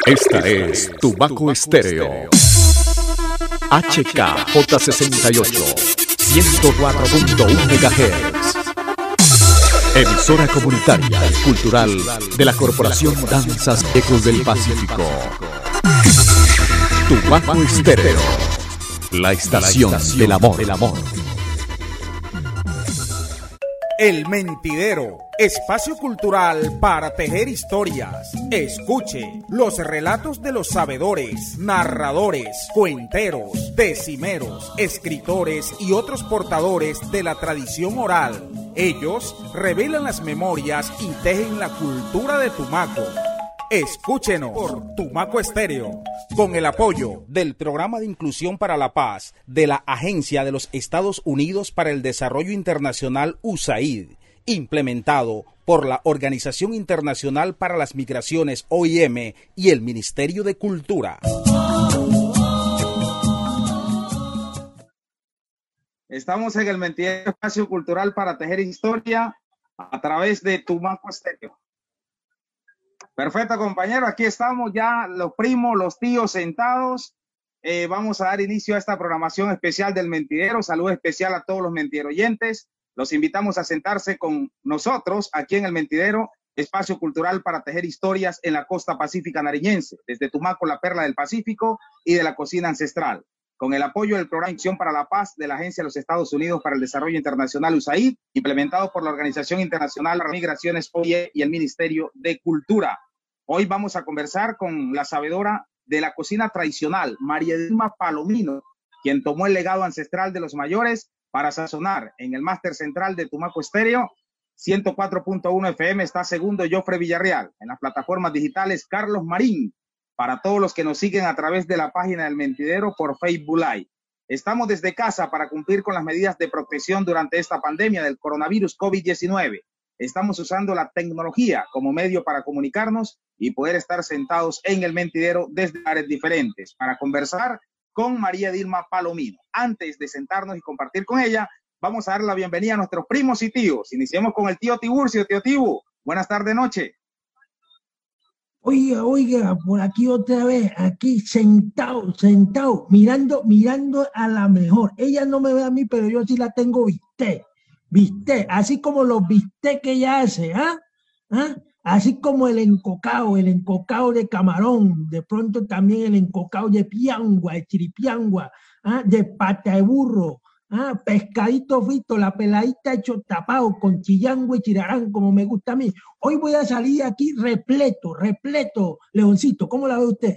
Esta es Tumaco Estéreo. HKJ68, 104.1 MHz. Emisora comunitaria y cultural de la Corporación Danzas Ecos del Pacífico. Tumaco Estéreo, la estación del amor. El Mentidero, espacio cultural para tejer historias. Escuche los relatos de los sabedores, narradores, cuenteros, decimeros, escritores y otros portadores de la tradición oral. Ellos revelan las memorias y tejen la cultura de Tumaco. Escúchenos por Tumaco Estéreo, con el apoyo del Programa de Inclusión para la Paz de la Agencia de los Estados Unidos para el Desarrollo Internacional USAID, implementado por la Organización Internacional para las Migraciones OIM y el Ministerio de Cultura. Estamos en el Mentidero, espacio cultural para tejer historia a través de Tumaco Estéreo. Perfecto, compañero, aquí estamos ya los primos, los tíos sentados. Vamos a dar inicio a esta programación especial del Mentidero. Saludo especial a todos los mentideroyentes. Los invitamos a sentarse con nosotros aquí en el Mentidero, espacio cultural para tejer historias en la costa pacífica nariñense, desde Tumaco, la perla del Pacífico, y de la cocina ancestral, con el apoyo del Programa de Acción para la Paz de la Agencia de los Estados Unidos para el Desarrollo Internacional USAID, implementado por la Organización Internacional para las Migraciones OIM y el Ministerio de Cultura. Hoy vamos a conversar con la sabedora de la cocina tradicional, María Dilma Palomino, quien tomó el legado ancestral de los mayores para sazonar en el máster central de Tumaco Estéreo. 104.1 FM está segundo Jofre Villarreal. En las plataformas digitales, Carlos Marín. Para todos los que nos siguen a través de la página del Mentidero por Facebook Live. Estamos desde casa para cumplir con las medidas de protección durante esta pandemia del coronavirus COVID-19. Estamos usando la tecnología como medio para comunicarnos y poder estar sentados en el Mentidero desde áreas diferentes para conversar con María Dilma Palomino. Antes de sentarnos y compartir con ella, vamos a dar la bienvenida a nuestros primos y tíos. Iniciemos con el tío Tiburcio. Tío Tibu, buenas tardes, noche. Oiga, por aquí otra vez, aquí sentado, mirando a la mejor. Ella no me ve a mí, pero yo sí la tengo viste, así como los bistec que ella hace, así como el encocado de camarón, de pronto también el encocado de piangua, de chiripiangua, de pata de burro, pescadito frito, la peladita hecho tapado con chillango y chirarán, como me gusta a mí. Hoy voy a salir aquí repleto, Leoncito, ¿cómo la ve usted?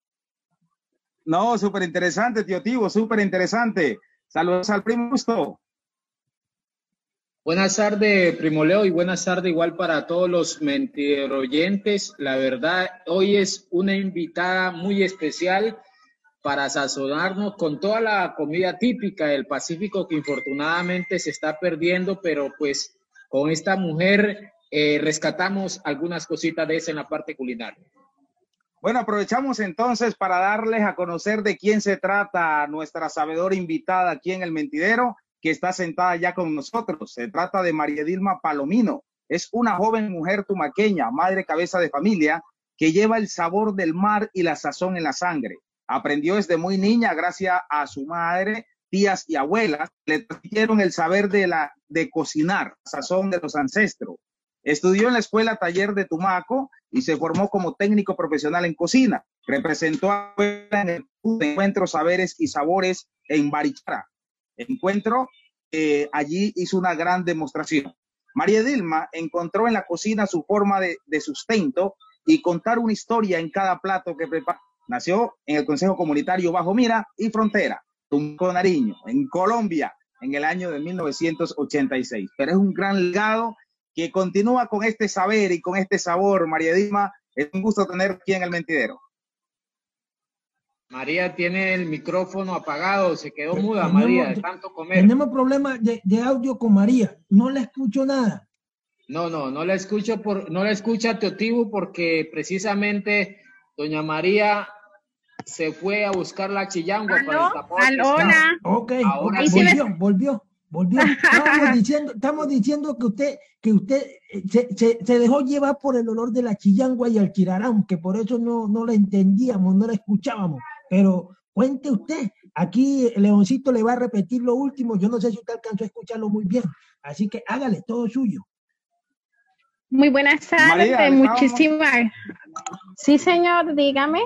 No, súper interesante, tío Tibo, súper interesante. Saludos al primo Gusto. Buenas tardes, Primo Leo, y buenas tardes igual para todos los mentideroyentes. La verdad, hoy es una invitada muy especial para sazonarnos con toda la comida típica del Pacífico que infortunadamente se está perdiendo, pero pues con esta mujer rescatamos algunas cositas de eso en la parte culinaria. Bueno, aprovechamos entonces para darles a conocer de quién se trata nuestra sabedora invitada aquí en el Mentidero, que está sentada ya con nosotros. Se trata de María Dilma Palomino. Es una joven mujer tumaqueña, madre cabeza de familia, que lleva el sabor del mar y la sazón en la sangre. Aprendió desde muy niña gracias a su madre, tías y abuelas. Le transmitieron el saber de cocinar, sazón de los ancestros. Estudió en la escuela taller de Tumaco y se formó como técnico profesional en cocina. Representó a la escuela en el encuentro Saberes y Sabores en Barichara. Allí hizo una gran demostración. María Dilma encontró en la cocina su forma de sustento y contar una historia en cada plato que prepara. Nació en el Consejo Comunitario Bajo Mira y Frontera, Tumaco, Nariño, en Colombia, en el año de 1986. Pero es un gran legado que continúa con este saber y con este sabor. María Dilma, es un gusto tener aquí en el Mentidero. María tiene el micrófono apagado, se quedó muda, María, de tanto comer. Tenemos problemas de audio con María, no la escucho nada. No la escucho, no la escucha Tío Tibu porque precisamente doña María se fue a buscar la chillangua para el tapón. Hola. Ok, Ahora volvió. Volvió. Estamos diciendo que usted se dejó llevar por el olor de la chillangua y el chirarán, que por eso no la entendíamos, no la escuchábamos. Pero cuente usted, aquí Leoncito le va a repetir lo último. Yo no sé si usted alcanzó a escucharlo muy bien, así que hágale, todo suyo. Muy buenas tardes, María, muchísimas. Sí, señor, dígame.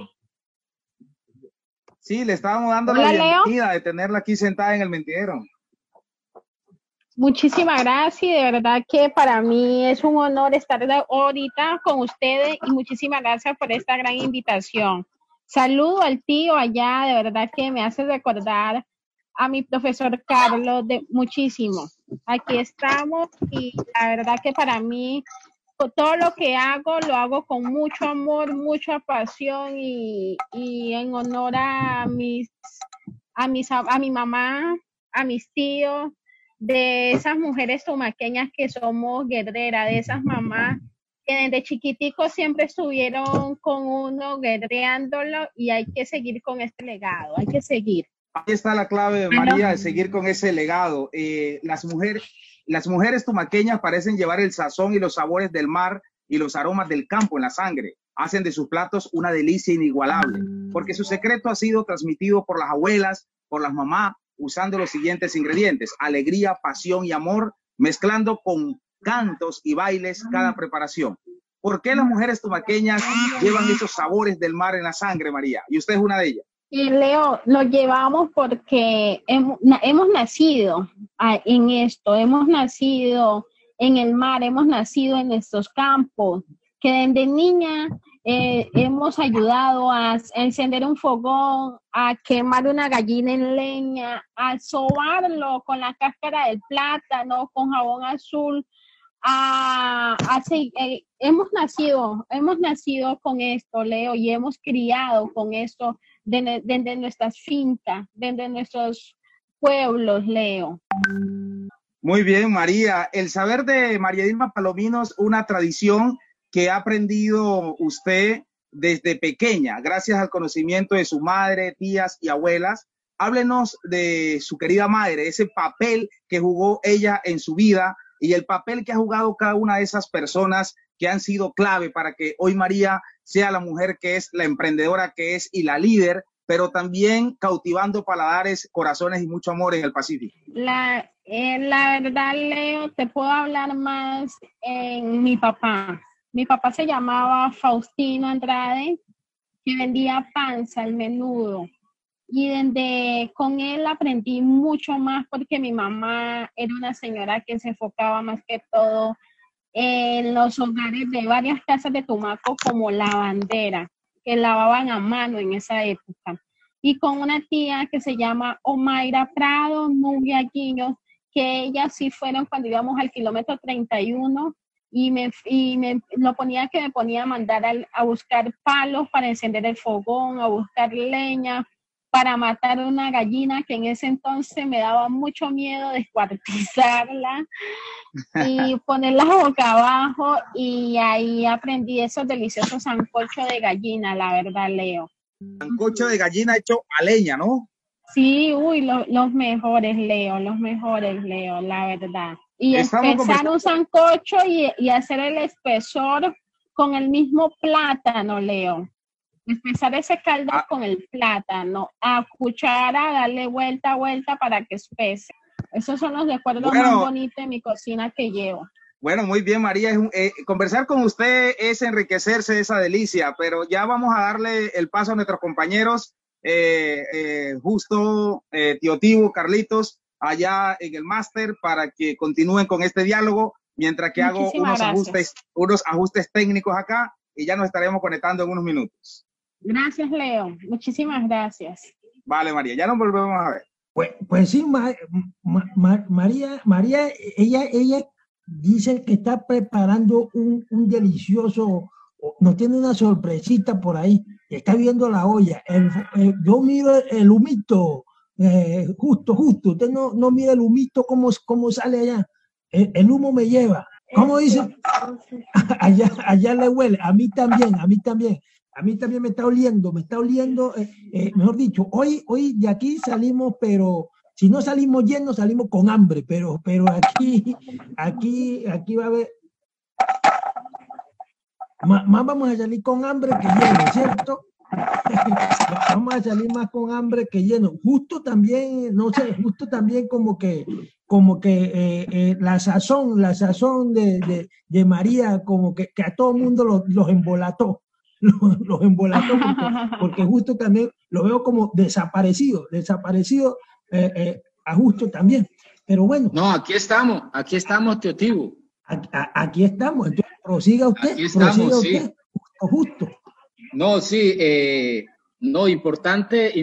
Sí, le estábamos dando Hola, la bienvenida de tenerla aquí sentada en el mentidero. Muchísimas gracias, de verdad que para mí es un honor estar ahorita con ustedes y muchísimas gracias por esta gran invitación. Saludo al tío allá, de verdad que me hace recordar a mi profesor Carlos muchísimo. Aquí estamos y la verdad que para mí todo lo que hago lo hago con mucho amor, mucha pasión y en honor a mi mamá, a mis tíos, de esas mujeres tumaqueñas que somos guerreras, de esas mamás que desde chiquiticos siempre estuvieron con uno guerreándolo y hay que seguir con este legado, hay que seguir. Ahí está la clave, María, de seguir con ese legado. Las mujeres tumaqueñas parecen llevar el sazón y los sabores del mar y los aromas del campo en la sangre. Hacen de sus platos una delicia inigualable, porque su secreto ha sido transmitido por las abuelas, por las mamás, usando los siguientes ingredientes: alegría, pasión y amor, mezclando con cantos y bailes cada preparación. ¿Por qué las mujeres tumaqueñas llevan esos sabores del mar en la sangre, María? Y usted es una de ellas. Y Leo, lo llevamos porque hemos nacido en esto, hemos nacido en el mar, hemos nacido en estos campos, que desde niña hemos ayudado a encender un fogón, a quemar una gallina en leña, a sobarlo con la cáscara del plátano, con jabón azul. Hemos nacido con esto, Leo, y hemos criado con esto desde nuestras fincas, desde nuestros pueblos, Leo. Muy bien, María. El saber de María Dilma Palomino es una tradición que ha aprendido usted desde pequeña, gracias al conocimiento de su madre, tías y abuelas. Háblenos de su querida madre, ese papel que jugó ella en su vida y el papel que ha jugado cada una de esas personas que han sido clave para que hoy María sea la mujer que es, la emprendedora que es y la líder, pero también cautivando paladares, corazones y mucho amor en el Pacífico. La verdad, Leo, te puedo hablar más en mi papá. Mi papá se llamaba Faustino Andrade, que vendía panza, al menudo. Y con él aprendí mucho más porque mi mamá era una señora que se enfocaba más que todo en los hogares de varias casas de Tumaco como lavandera, que lavaban a mano en esa época. Y con una tía que se llama Omaira Prado, Nubia Guiños, que ellas sí fueron cuando íbamos al kilómetro 31 y me ponía a mandar a buscar palos para encender el fogón, a buscar leña, para matar una gallina que en ese entonces me daba mucho miedo descuartizarla y ponerla boca abajo, y ahí aprendí esos deliciosos sancochos de gallina, la verdad, Leo. Sancocho de gallina hecho a leña, ¿no? Sí, uy, los mejores, Leo, la verdad. Y espesar un sancocho y hacer el espesor con el mismo plátano, Leo. Espesar ese caldo con el plátano, a cuchara, darle vuelta para que espese. Esos son los recuerdos más bonitos de mi cocina que llevo. Bueno, muy bien, María. Conversar con usted es enriquecerse de esa delicia, pero ya vamos a darle el paso a nuestros compañeros, Justo, Tío Tibo, Carlitos, allá en el máster, para que continúen con este diálogo, mientras que hago unos ajustes técnicos acá, y ya nos estaremos conectando en unos minutos. Gracias, Leo. Muchísimas gracias. Vale, María, ya nos volvemos a ver. Pues sí, María, ella dice que está preparando un delicioso, nos tiene una sorpresita por ahí, está viendo la olla. Yo miro el humito, justo, usted no mira el humito cómo sale allá, el humo me lleva. ¿Cómo dice? allá le huele, a mí también. A mí también me está oliendo, mejor dicho, hoy de aquí salimos, pero Si no salimos llenos, salimos con hambre, pero aquí va a haber, más vamos a salir con hambre que lleno, ¿cierto? Vamos a salir más con hambre que lleno. Justo también, no sé, justo también como que la sazón de María, como que a todo el mundo los embolató. Los embolató porque justo también lo veo como desaparecido a justo también. Pero bueno. No, aquí estamos, tío Tibu. Aquí estamos, entonces prosiga usted. Aquí estamos, prosiga sí. Usted, justo. No, sí, no, importante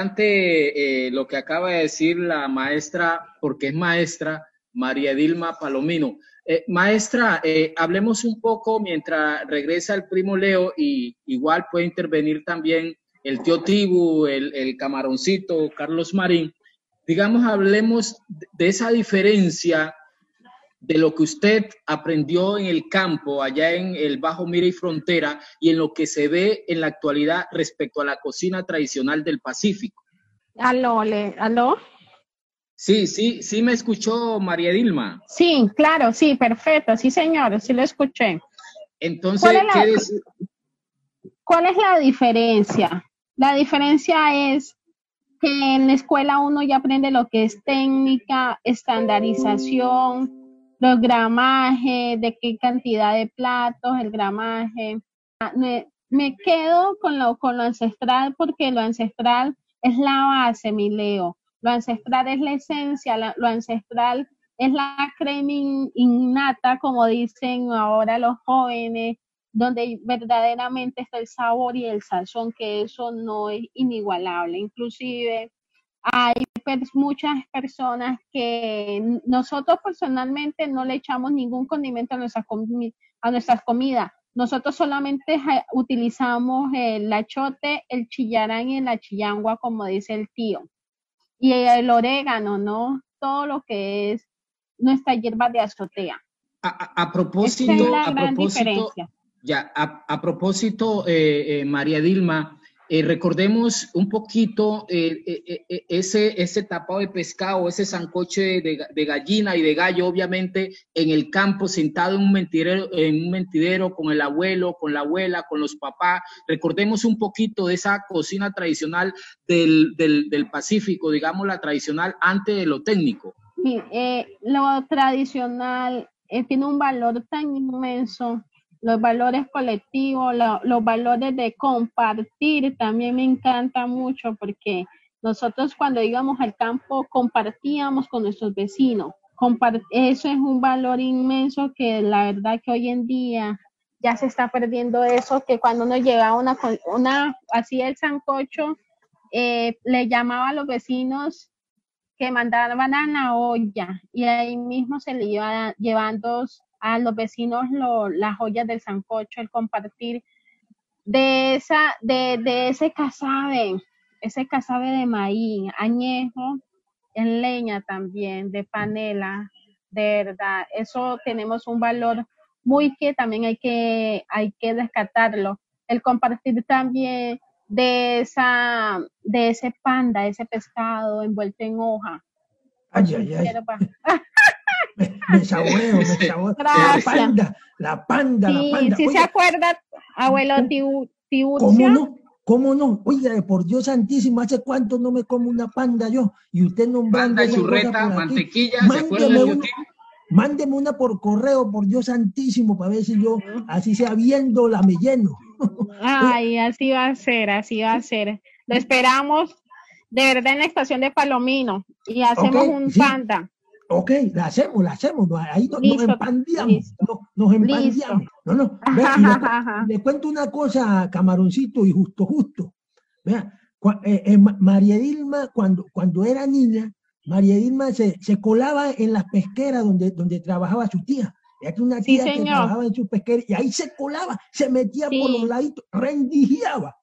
lo que acaba de decir la maestra, porque es maestra, María Dilma Palomino. Maestra, hablemos un poco mientras regresa el primo Leo, y igual puede intervenir también el tío Tibu, el Camaroncito, Carlos Marín. Digamos, hablemos de esa diferencia de lo que usted aprendió en el campo, allá en el Bajo Mira y Frontera, y en lo que se ve en la actualidad respecto a la cocina tradicional del Pacífico. ¿Aló? Sí, me escuchó María Dilma. Sí, claro, sí, perfecto, sí señor, sí lo escuché. Entonces, ¿cuál es la diferencia? La diferencia es que en la escuela uno ya aprende lo que es técnica, estandarización, los gramajes, de qué cantidad de platos, el gramaje. Me quedo con lo ancestral, porque lo ancestral es la base, mi Leo. Lo ancestral es la esencia, lo ancestral es la crema innata, como dicen ahora los jóvenes, donde verdaderamente está el sabor y el sazón, que eso no es inigualable. Inclusive hay muchas personas que nosotros personalmente no le echamos ningún condimento a nuestras comidas. Nosotros solamente utilizamos el achote, el chillarán y la chillangua, como dice el tío. Y el orégano, ¿no? Todo lo que es nuestra hierba de azotea. A propósito, esa es la gran diferencia. A propósito, María Dilma, recordemos un poquito ese tapado de pescado, ese sancoche de gallina y de gallo, obviamente, en el campo, sentado en un mentidero con el abuelo, con la abuela, con los papás. Recordemos un poquito de esa cocina tradicional del Pacífico, digamos, la tradicional antes de lo técnico. Sí, lo tradicional tiene un valor tan inmenso. Los valores colectivos, los valores de compartir también me encanta mucho, porque nosotros cuando íbamos al campo compartíamos con nuestros vecinos. Eso es un valor inmenso que la verdad que hoy en día ya se está perdiendo eso, que cuando uno llegaba hacía el sancocho, le llamaba a los vecinos que mandaban a la olla, y ahí mismo se le iba llevando a los vecinos las ollas del sancocho, el compartir de ese casabe de maíz, añejo, en leña también, de panela, de verdad, eso tenemos un valor muy que también hay que rescatarlo. El compartir también de ese panda, ese pescado envuelto en hoja. Ay. Me saboreo. La panda. Sí, se acuerda, abuelo Tiburcio. ¿Cómo no? Oiga, por Dios santísimo, ¿hace cuánto no me como una panda yo? Y usted nombrando panda, churreta, mantequilla, ¿se acuerda de Mándeme una por correo, por Dios santísimo, para ver si yo, así sea viéndola, me lleno. Ay, así va a ser. Lo esperamos de verdad en la estación de Palomino y hacemos un panda. Ok, la hacemos. Ahí nos empandiamos. Nos empandiamos. No. Vea, le cuento una cosa, Camaroncito, y justo. Vea, María Dilma, cuando era niña, María Dilma se colaba en las pesqueras donde trabajaba su tía. Era una tía que trabajaba en sus pesqueras, y ahí se colaba, se metía por los laditos, rendigiaba.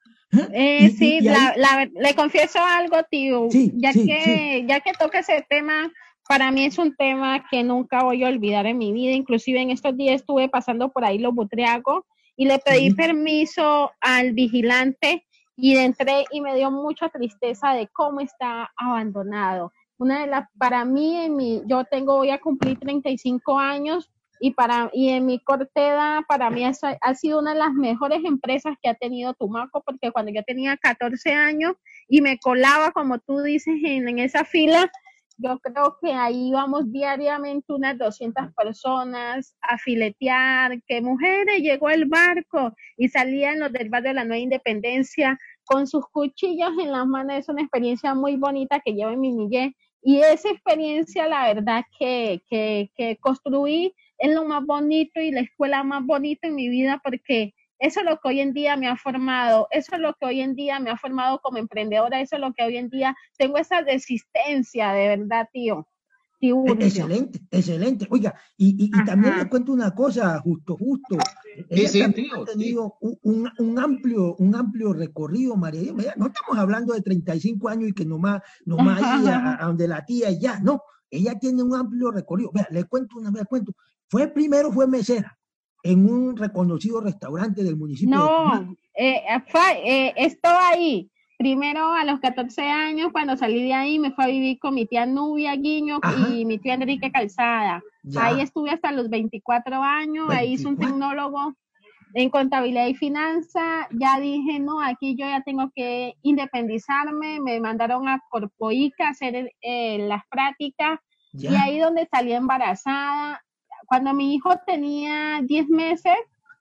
Le confieso algo, tío. Ya que toca ese tema, para mí es un tema que nunca voy a olvidar en mi vida. Inclusive en estos días estuve pasando por ahí los Butriagos y le pedí permiso al vigilante, y entré y me dio mucha tristeza de cómo está abandonado. para mí, voy a cumplir 35 años y en mi corta edad, para mí ha sido una de las mejores empresas que ha tenido Tumaco, porque cuando yo tenía 14 años y me colaba, como tú dices, en esa fila, yo creo que ahí íbamos diariamente unas 200 personas a filetear, que mujeres, llegó el barco, y salían los del barrio de la Nueva Independencia con sus cuchillos en las manos. Es una experiencia muy bonita que llevo en mi niñez, y esa experiencia, la verdad, que construí es lo más bonito y la escuela más bonita en mi vida, porque eso es lo que hoy en día me ha formado, eso es lo que hoy en día me ha formado como emprendedora, eso es lo que hoy en día tengo esa resistencia, de verdad, tío. Excelente, excelente. Oiga, y también le cuento una cosa, justo. Ella también ha tenido un amplio recorrido, María Dilma. No estamos hablando de 35 años y que nomás ir a donde la tía y ya, no. Ella tiene un amplio recorrido. Vea, le cuento. Primero fue mesera en un reconocido restaurante del municipio de Tumaco. Estaba ahí. Primero, a los 14 años, cuando salí de ahí, me fui a vivir con mi tía Nubia Guiño y mi tía Enrique Calzada. Ya. Ahí estuve hasta los 24 años, ahí hice un tecnólogo en contabilidad y finanzas. Ya dije, no, aquí yo ya tengo que independizarme. Me mandaron a Corpoica a hacer las prácticas, y ahí donde salí embarazada. Cuando mi hijo tenía 10 meses,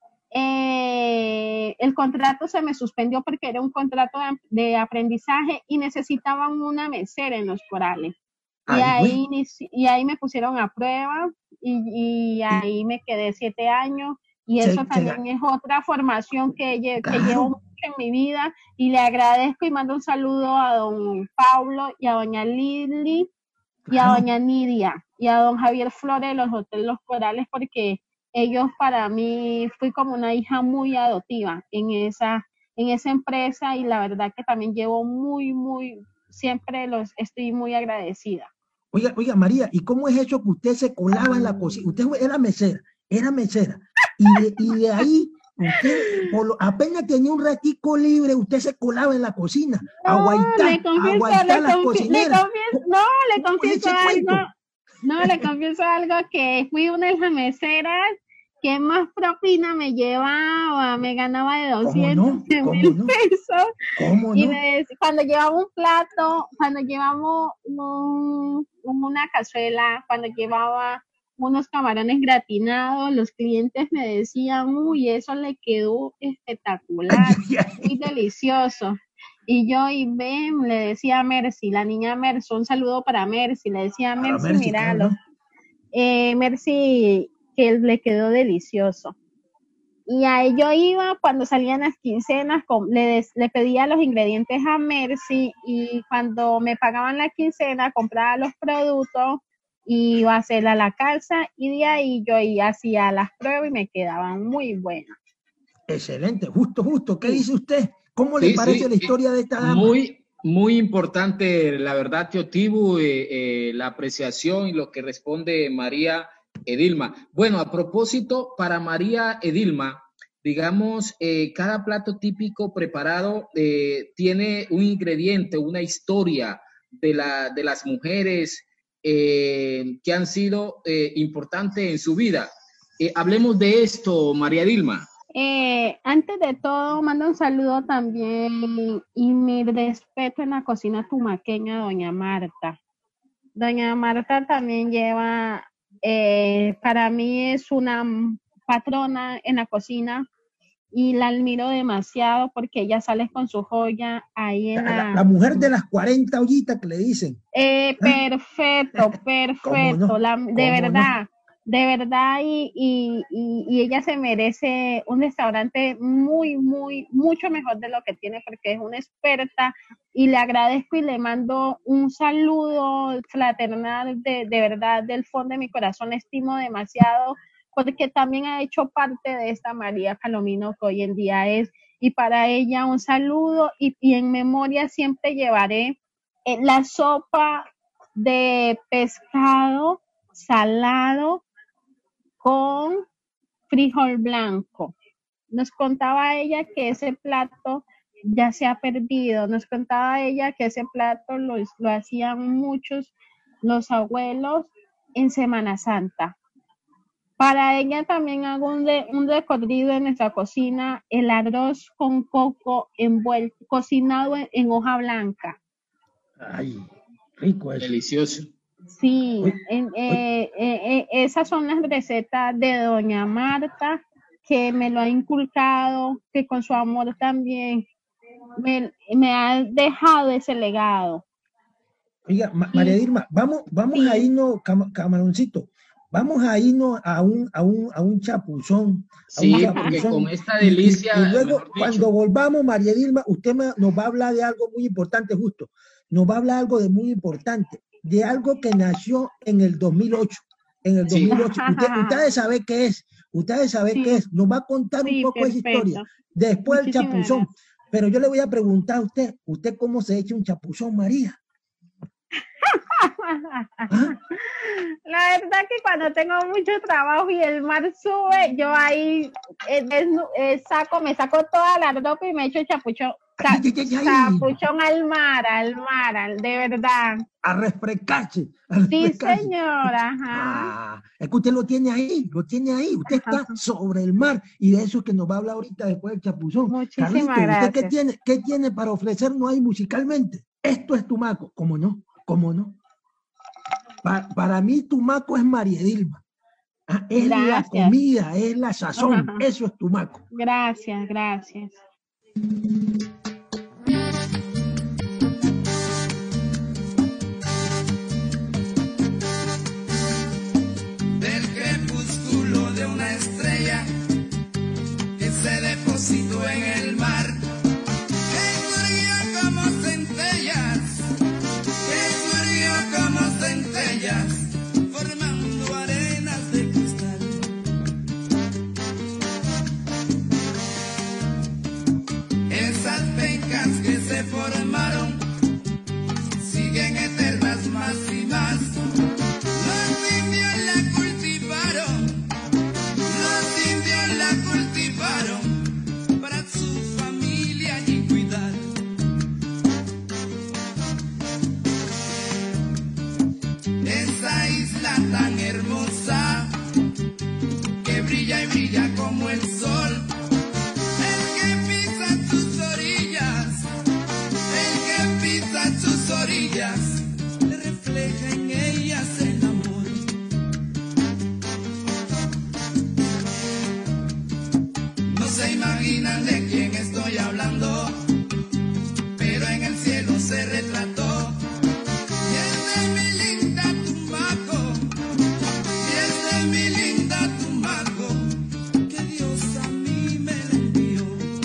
el contrato se me suspendió porque era un contrato de aprendizaje y necesitaban una mesera en los corales. Y ahí me pusieron a prueba y ahí me quedé 7 años, y eso también es otra formación que llevo mucho en mi vida, y le agradezco y mando un saludo a don Pablo y a doña Lili y a doña Nidia y a don Javier Flores de los Hoteles Los Corales, porque ellos para mí fui como una hija muy adoptiva en esa empresa, y la verdad que también llevo siempre estoy muy agradecida. Oiga, María, ¿y cómo es eso que usted se colaba en la cocina? Usted era mesera, y de ahí, usted apenas tenía un ratico libre, usted se colaba en la cocina, a aguantar las cocineras. Le confieso algo, que fui una de las meseras que más propina me llevaba, me ganaba de 200 pesos. ¿Cómo y no? Cuando llevamos un plato, cuando llevamos una cazuela, cuando llevaba unos camarones gratinados, los clientes me decían, uy, eso le quedó espectacular, muy delicioso. Y yo le decía a Mercy, la niña Mercy, un saludo para Mercy, le decía a Mercy, míralo, Mercy, que le quedó delicioso. Y ahí yo iba cuando salían las quincenas, le pedía los ingredientes a Mercy, y cuando me pagaban la quincena, compraba los productos, iba a hacerla a la casa, y de ahí yo hacía las pruebas y me quedaban muy buenas. Excelente, justo. ¿Qué dice usted? ¿Cómo le parece la historia de esta dama? Muy importante, la verdad, tío Tibu, la apreciación y lo que responde María Edilma. Bueno, a propósito, para María Edilma, digamos, cada plato típico preparado tiene un ingrediente, una historia de las mujeres que han sido importantes en su vida. Hablemos de esto, María Edilma. Antes de todo, mando un saludo también y mi respeto en la cocina tumaqueña a doña Marta. Doña Marta también lleva, para mí es una patrona en la cocina, y la admiro demasiado porque ella sale con su joya ahí en la mujer de las 40 ollitas que le dicen. Perfecto. De verdad, y ella se merece un restaurante mucho mejor de lo que tiene, porque es una experta, y le agradezco y le mando un saludo fraternal de verdad, del fondo de mi corazón. La estimo demasiado, porque también ha hecho parte de esta María Palomino que hoy en día es, y para ella un saludo, y en memoria siempre llevaré la sopa de pescado salado con frijol blanco. Nos contaba ella que ese plato ya se ha perdido, nos contaba ella que ese plato lo hacían muchos los abuelos en Semana Santa. Para ella también hago un recorrido en nuestra cocina, el arroz con coco envuelto, cocinado en hoja blanca. Ay, rico eso. Delicioso. Sí, esas son las recetas de doña Marta, que me lo ha inculcado, que con su amor también me ha dejado ese legado. Oiga, María Dilma, vamos Sí. a irnos, camaroncito, vamos a irnos a un chapuzón. Sí, porque con esta delicia, Y luego, mejor dicho. cuando volvamos, María Dilma, usted nos va a hablar de algo muy importante, justo. Nos va a hablar algo de muy importante, de algo que nació en el 2008. En el Sí. 2008. Ustedes saben qué es. Ustedes saben Sí. qué es. Nos va a contar un Sí, poco de esa perfecto. historia. Después el Muchísimas chapuzón. gracias. Pero yo le voy a preguntar a ¿usted cómo se echa un chapuzón, María? ¿Ah? La verdad que cuando tengo mucho trabajo y el mar sube, yo ahí me saco toda la ropa y me echo chapuchón, chapuchón al mar, de verdad. A refrescarse. Sí, señora. Ajá. Ah, es que usted lo tiene ahí. Usted está sobre el mar y de eso es que nos va a hablar ahorita después del chapuzón. Muchísimas Carlito, ¿usted gracias. qué tiene para ofrecernos ahí musicalmente? Esto es Tumaco. ¿Cómo no? Para mí Tumaco es María Dilma. Ah, es la Gracias. comida, es la sazón. Ajá. Eso es Tumaco. Gracias. Del crepúsculo de una estrella que se depositó en el mar, que surgió como centellas, formando arenas de cristal. Esas pencas que se formaron siguen eternas más y más. Los indios la cultivaron para su familia y cuidar. Esa isla tan hermosa que brilla y brilla como el sol. El que pisa sus orillas, le refleja en ellas el amor. No se imaginan de quién estoy hablando, pero en el cielo se retrató. Y es de mi linda Tumaco, que Dios a mí me la envió.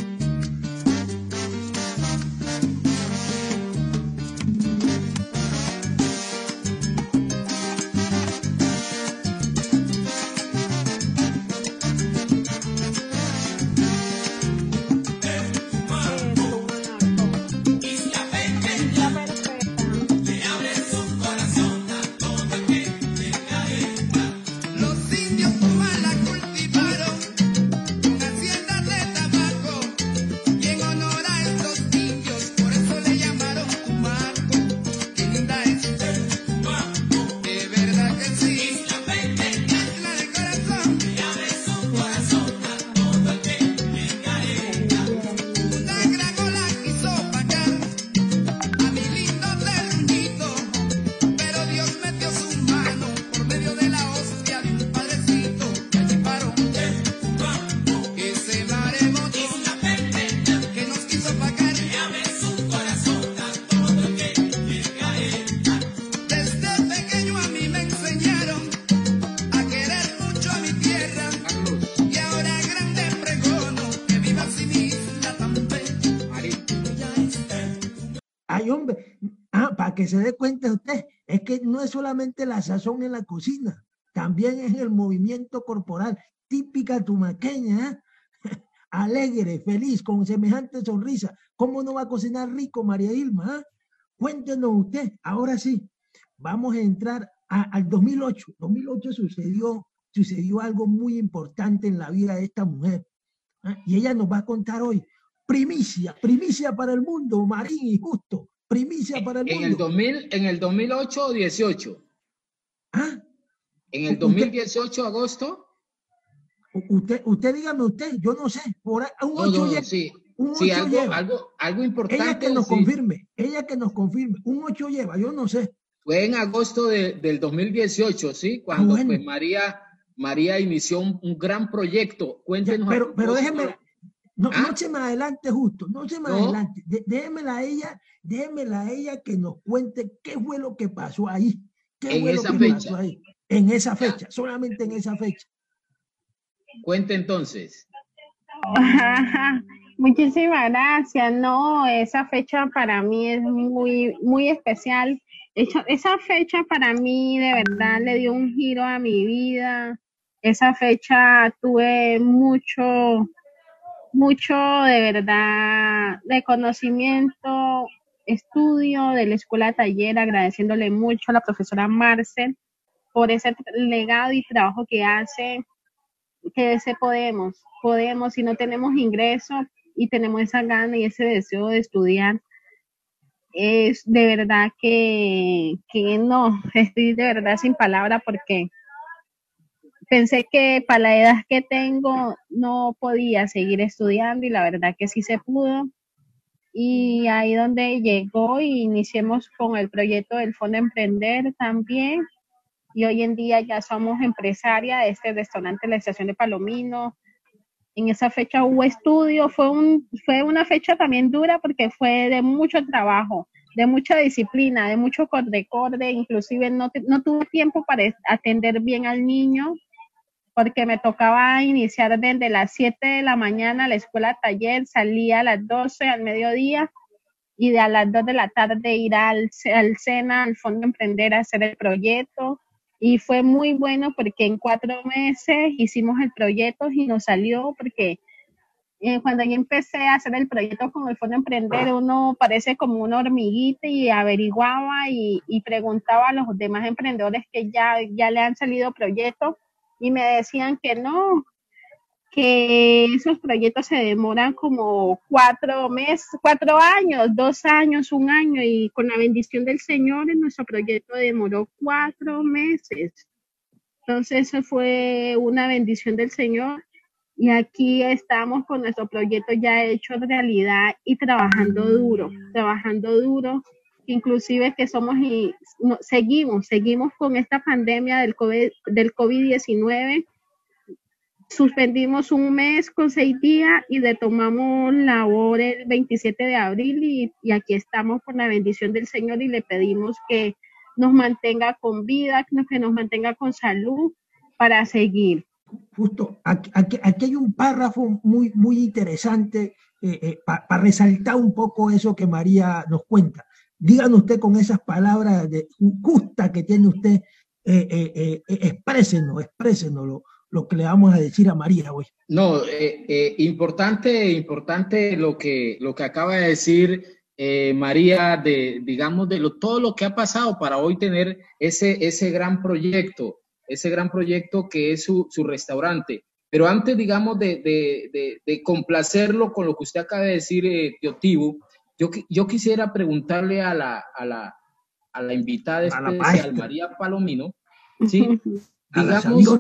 Los indios Tumaco la cultivaron en haciendas de tabaco, y en honor a estos indios, por eso le llamaron Tumaco. Qué linda es Tumaco, de verdad que sí. Isla de corazón, que abre su corazón a todo el que venga a ella. Una gran ola quiso opacar a mi lindo terruñito, pero Dios metió su mano por medio de la hostia de un padrecito, que allí paró ese maremoto que nos quiso opacar. Desde pequeño a mí me enseñaron a querer mucho a mi tierra, y ahora grande pregono que viva sin mi isla tan bella. Ay, hombre, para que se dé cuenta usted, es que no es solamente la sazón en la cocina, también es el movimiento corporal, típica tumaqueña, alegre, feliz, con semejante sonrisa. ¿Cómo no va a cocinar rico, María Dilma? Cuéntenos usted, ahora sí, vamos a entrar al 2008. 2008 sucedió algo muy importante en la vida de esta mujer, y ella nos va a contar hoy. Primicia para el mundo, Marín y Justo. Primicia para el En el mundo. 2000, en el 2008 o 18. ¿Ah? En el 2018, agosto. Usted dígame usted, yo no sé. Por ahí, un No, 8 no, lleva. sí. Un Sí, 8 lleva. algo Ella que importante, nos sí. confirme. Ella que nos confirme. Un 8 lleva, yo no sé. Fue en agosto del 2018, ¿sí? Ah, Cuando pues bueno. María inició un gran proyecto. Ya, Cuéntenos a pero propósito. déjeme, no ¿Ah? se me adelante justo, no se me ¿No? adelante. Déjemela a ella que nos cuente qué fue lo que pasó ahí. ¿Qué En fue lo esa que fecha. pasó ahí? En esa ¿Ya? fecha, solamente en esa fecha. Cuente entonces. Muchísimas gracias. No, esa fecha para mí es muy, muy especial. Esa fecha para mí de verdad le dio un giro a mi vida. Esa fecha tuve mucho, mucho de verdad de conocimiento, estudio de la escuela taller, agradeciéndole mucho a la profesora Marcel por ese legado y trabajo que hace, que se podemos, si no tenemos ingreso y tenemos esa gana y ese deseo de estudiar, es de verdad que no, estoy de verdad sin palabra porque pensé que para la edad que tengo no podía seguir estudiando y la verdad que sí se pudo. Y ahí donde llegó y iniciemos con el proyecto del Fondo Emprender también. Y hoy en día ya somos empresaria de este restaurante, la Estación de Palomino. En esa fecha hubo estudio, fue una fecha también dura porque fue de mucho trabajo, de mucha disciplina, de mucho corde, inclusive no tuve tiempo para atender bien al niño porque me tocaba iniciar desde las 7 de la mañana la escuela taller, salía a las 12 al mediodía y de a las 2 de la tarde ir al SENA, al Fondo Emprender, a hacer el proyecto. Y fue muy bueno porque en 4 meses hicimos el proyecto y nos salió porque cuando yo empecé a hacer el proyecto con el Fondo Emprender, uno parece como una hormiguita y averiguaba y preguntaba a los demás emprendedores que ya le han salido proyectos y me decían que no, que esos proyectos se demoran como 4 meses, 4 años, 2 años, 1 año, y con la bendición del Señor en nuestro proyecto demoró 4 meses. Entonces eso fue una bendición del Señor y aquí estamos con nuestro proyecto ya hecho realidad y trabajando duro, inclusive que somos y no, seguimos con esta pandemia del COVID-19. Suspendimos 1 mes con 6 días y retomamos labor el 27 de abril y aquí estamos por la bendición del Señor y le pedimos que nos mantenga con vida, que nos mantenga con salud para seguir. Justo, aquí hay un párrafo muy, muy interesante para resaltar un poco eso que María nos cuenta. Díganos usted con esas palabras justas que tiene usted, exprésenos lo que le vamos a decir a María hoy. No, importante lo que acaba de decir María, digamos, todo lo que ha pasado para hoy tener ese gran proyecto que es su restaurante. Pero antes, digamos, de complacerlo con lo que usted acaba de decir, tío Tibu, yo quisiera preguntarle a la invitada especial, María Palomino, ¿sí? Digamos,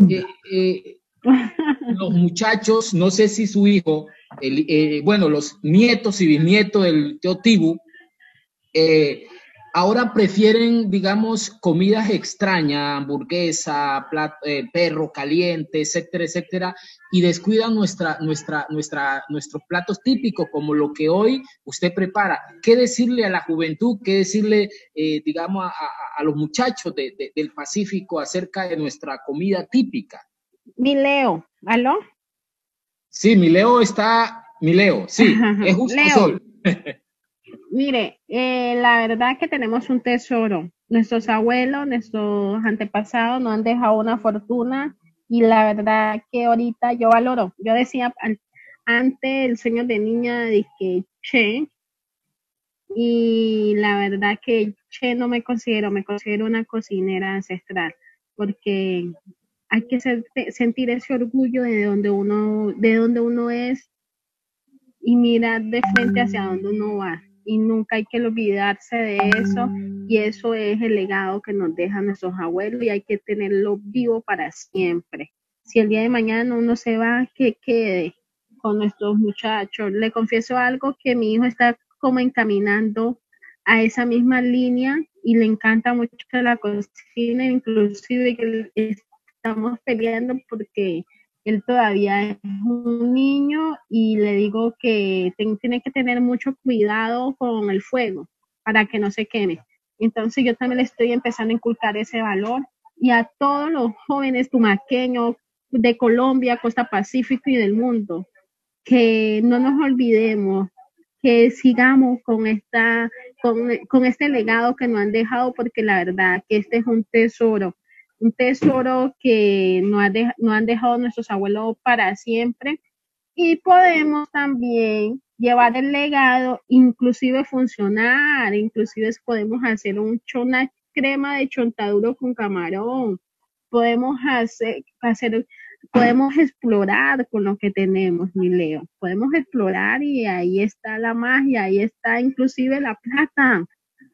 los muchachos, no sé si su hijo, bueno, los nietos y bisnietos del tío Tibu, ahora prefieren, digamos, comidas extrañas, hamburguesa, perro caliente, etcétera, etcétera, y descuidan nuestros platos típicos, como lo que hoy usted prepara. ¿Qué decirle a la juventud, qué decirle, digamos, a los muchachos del Pacífico acerca de nuestra comida típica? Mi Leo, ¿aló? Sí, Mileo, sí, es justo Leo. Sol. Mire, la verdad que tenemos un tesoro. Nuestros abuelos, nuestros antepasados nos han dejado una fortuna y la verdad que ahorita yo valoro. Yo decía antes el sueño de niña de que che, y la verdad que che no me considero una cocinera ancestral porque hay que sentir ese orgullo de donde uno es y mirar de frente hacia donde uno va. y nunca hay que olvidarse de eso, y eso es el legado que nos dejan nuestros abuelos y hay que tenerlo vivo para siempre. Si el día de mañana uno se va, que quede con nuestros muchachos. Le confieso algo, que mi hijo está como encaminando a esa misma línea y le encanta mucho la cocina, inclusive que estamos peleando porque él todavía es un niño y le digo que tiene que tener mucho cuidado con el fuego para que no se queme. Entonces yo también le estoy empezando a inculcar ese valor, y a todos los jóvenes tumaqueños de Colombia, Costa Pacífico y del mundo, que no nos olvidemos, que sigamos con este legado que nos han dejado, porque la verdad que este es un tesoro que nos han dejado nuestros abuelos para siempre, y podemos también llevar el legado, inclusive funcionar, inclusive podemos hacer una crema de chontaduro con camarón, podemos podemos explorar con lo que tenemos, mi Leo, podemos explorar, y ahí está la magia, ahí está inclusive la plata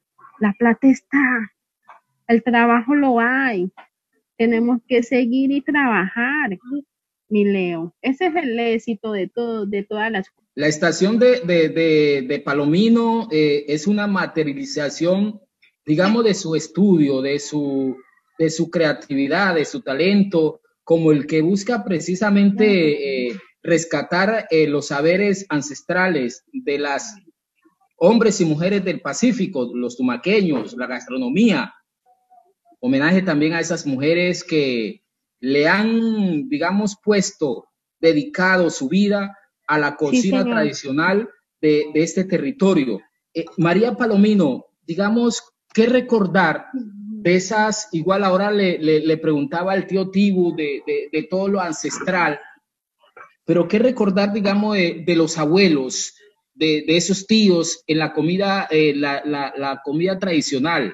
está, el trabajo lo hay. Tenemos que seguir y trabajar, mi Leo. Ese es el éxito de todas las cosas. La estación de Palomino es una materialización, digamos, de su estudio, de su creatividad, de su talento, como el que busca precisamente rescatar los saberes ancestrales de las hombres y mujeres del Pacífico, los tumaqueños, la gastronomía. Homenaje también a esas mujeres que le han, digamos, dedicado su vida a la cocina tradicional de este territorio. María Palomino, digamos, ¿qué recordar de esas? Igual ahora le preguntaba al tío Tibu de todo lo ancestral, pero ¿qué recordar, digamos, de los abuelos, de esos tíos en la comida, la comida tradicional?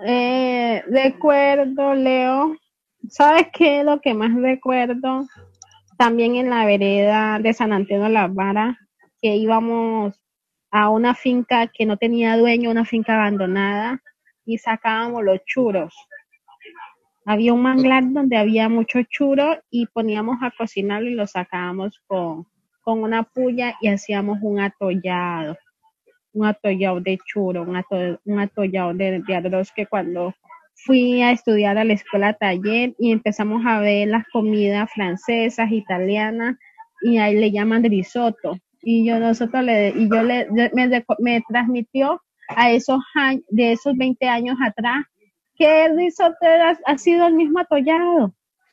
Recuerdo, Leo, ¿sabes qué es lo que más recuerdo? También en la vereda de San Antonio de las Varas, que íbamos a una finca que no tenía dueño, una finca abandonada, y sacábamos los churros. Había un manglar donde había muchos churros y poníamos a cocinarlo y lo sacábamos con una puya y hacíamos un atollado de churro, un atollado de arroz, que cuando fui a estudiar a la escuela taller y empezamos a ver las comidas francesas, italianas, y ahí le llaman risotto, me transmitió a esos años, de esos 20 años atrás, que el risotto ha sido el mismo atollado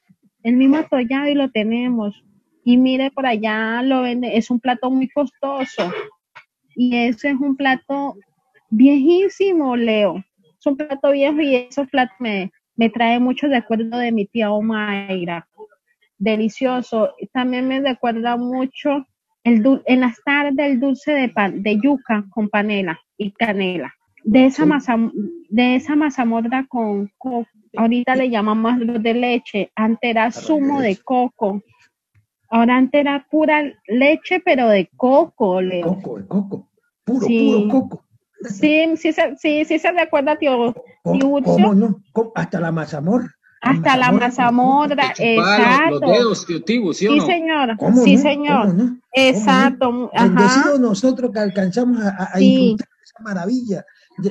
y lo tenemos. Y mire, por allá lo vende, es un plato muy costoso. Y eso es un plato viejísimo, Leo. Es un plato viejo y esos platos me trae mucho recuerdo de mi tía Omaira. Delicioso. También me recuerda mucho en las tardes el dulce de yuca con panela y canela. De esa mazamorra con coco. Ahorita le llamamos arroz de leche. Antes era zumo de coco. Ahora antes era pura leche, pero de coco, Leo. Coco. Puro coco. Sí se recuerda, tío ¿Cómo no? Hasta la mazamorra. Hasta la mazamorra, exacto. Los dedos, tío Tibu, ¿sí o no? Sí, señor. ¿Cómo Sí, no? señor. ¿Cómo no? Exacto. Ajá. Bendecidos nosotros que alcanzamos a disfrutar de esa maravilla.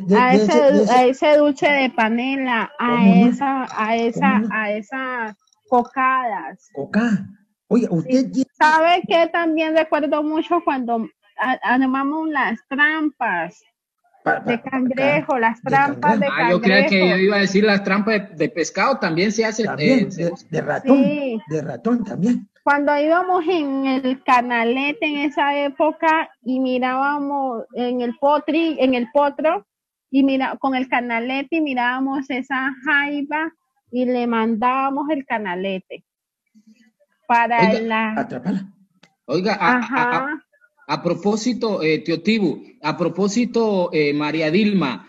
A ese dulce de panela, a esas cocadas. Coca. Oye, usted ¿Sabe qué? También recuerdo mucho cuando animamos las trampas de cangrejo, las trampas de cangrejo. Yo creía que yo iba a decir las trampas de pescado, también se hace. También, de ratón, sí. De ratón también. Cuando íbamos en el canalete en esa época y mirábamos en el potro, y con el canalete y mirábamos esa jaiba y le mandábamos el canalete para atraparla. Oiga, a propósito, tío Tibu, a propósito, María Dilma,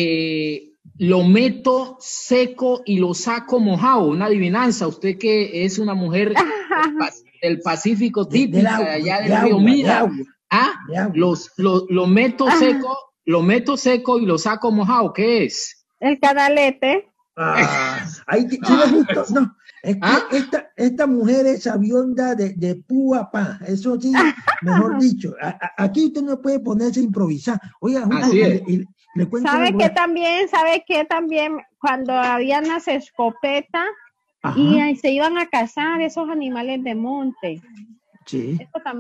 lo meto seco y lo saco mojado, una adivinanza. Usted que es una mujer del Pacífico típica, allá del río Mira. Lo meto seco lo meto seco y lo saco mojado, ¿qué es? El canalete. Ahí sí me gustó. No, es que ¿Ah? esta mujer es sabionda de púa a pa. Eso sí, mejor dicho. Aquí usted no puede ponerse a improvisar. Oiga, justo, Así es. le cuento ¿Sabe algo. qué también? Cuando habían las escopetas Ajá, y ahí se iban a cazar esos animales de monte. sí.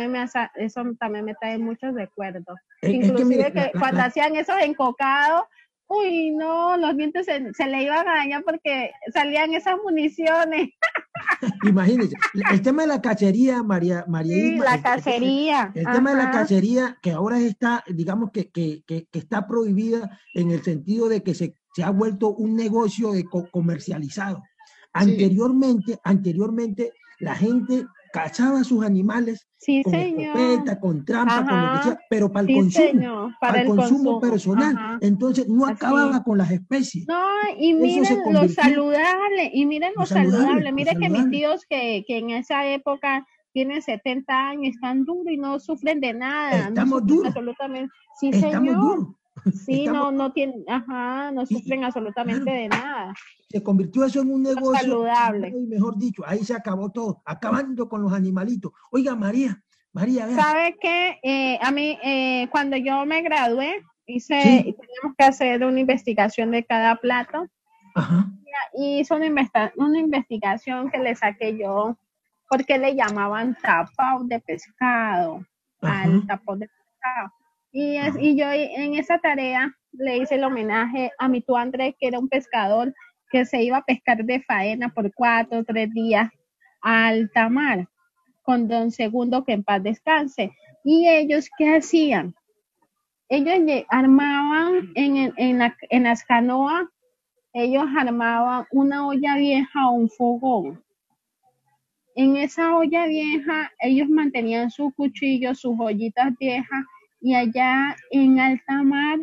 Eso también me trae muchos recuerdos. Es que Inclusive mire, que cuando hacían esos encocados, uy, no, los dientes se le iban a dañar porque salían esas municiones. imagínense, el tema de la cacería, María Sí, Irma, la cacería. el tema de la Ajá. cacería, que ahora está, digamos que está prohibida en el sentido de que se ha vuelto un negocio comercializado. Sí. Anteriormente, la gente cazaba sus animales Sí, con señor. escopeta, con trampa, con lo que sea, Ajá. pero para el Sí, consumo, señor. Para el consumo consumo. personal. Ajá. Entonces no Así. acababa con las especies. No, y Eso se miren lo convirtió saludable, y miren lo lo saludable, saludable. lo Mire que mis saludable. tíos que en esa época tienen 70 años, están duros y no sufren de nada, no Estamos sufren duros, absolutamente. Sí, estamos señor. duros, Sí, estamos no tienen, ajá, no y sufren absolutamente claro, de nada. se convirtió eso en un Lo negocio, saludable. y mejor dicho, ahí se acabó todo, acabando con los animalitos. Oiga, María, vea, ¿Sabe qué? A mí, cuando yo me gradué, sí, teníamos que hacer una investigación de cada plato. ajá, Y hice una investigación que le saqué yo, porque le llamaban tapao de pescado, al ajá, tapao de pescado. ajá, Y yo en esa tarea le hice el homenaje a mi tío Andrés, que era un pescador que se iba a pescar de faena por 4 o 3 días a alta mar, con don Segundo, que en paz descanse. ¿Y ellos qué hacían? Ellos armaban en las canoas, ellos armaban una olla vieja o un fogón. En esa olla vieja, ellos mantenían sus cuchillos, sus ollitas viejas, y allá en alta mar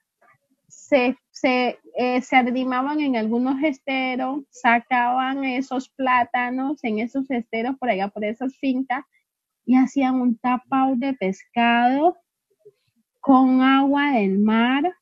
se arrimaban en algunos esteros, sacaban esos plátanos en esos esteros por allá, por esas fincas, y hacían un tapao de pescado con agua del mar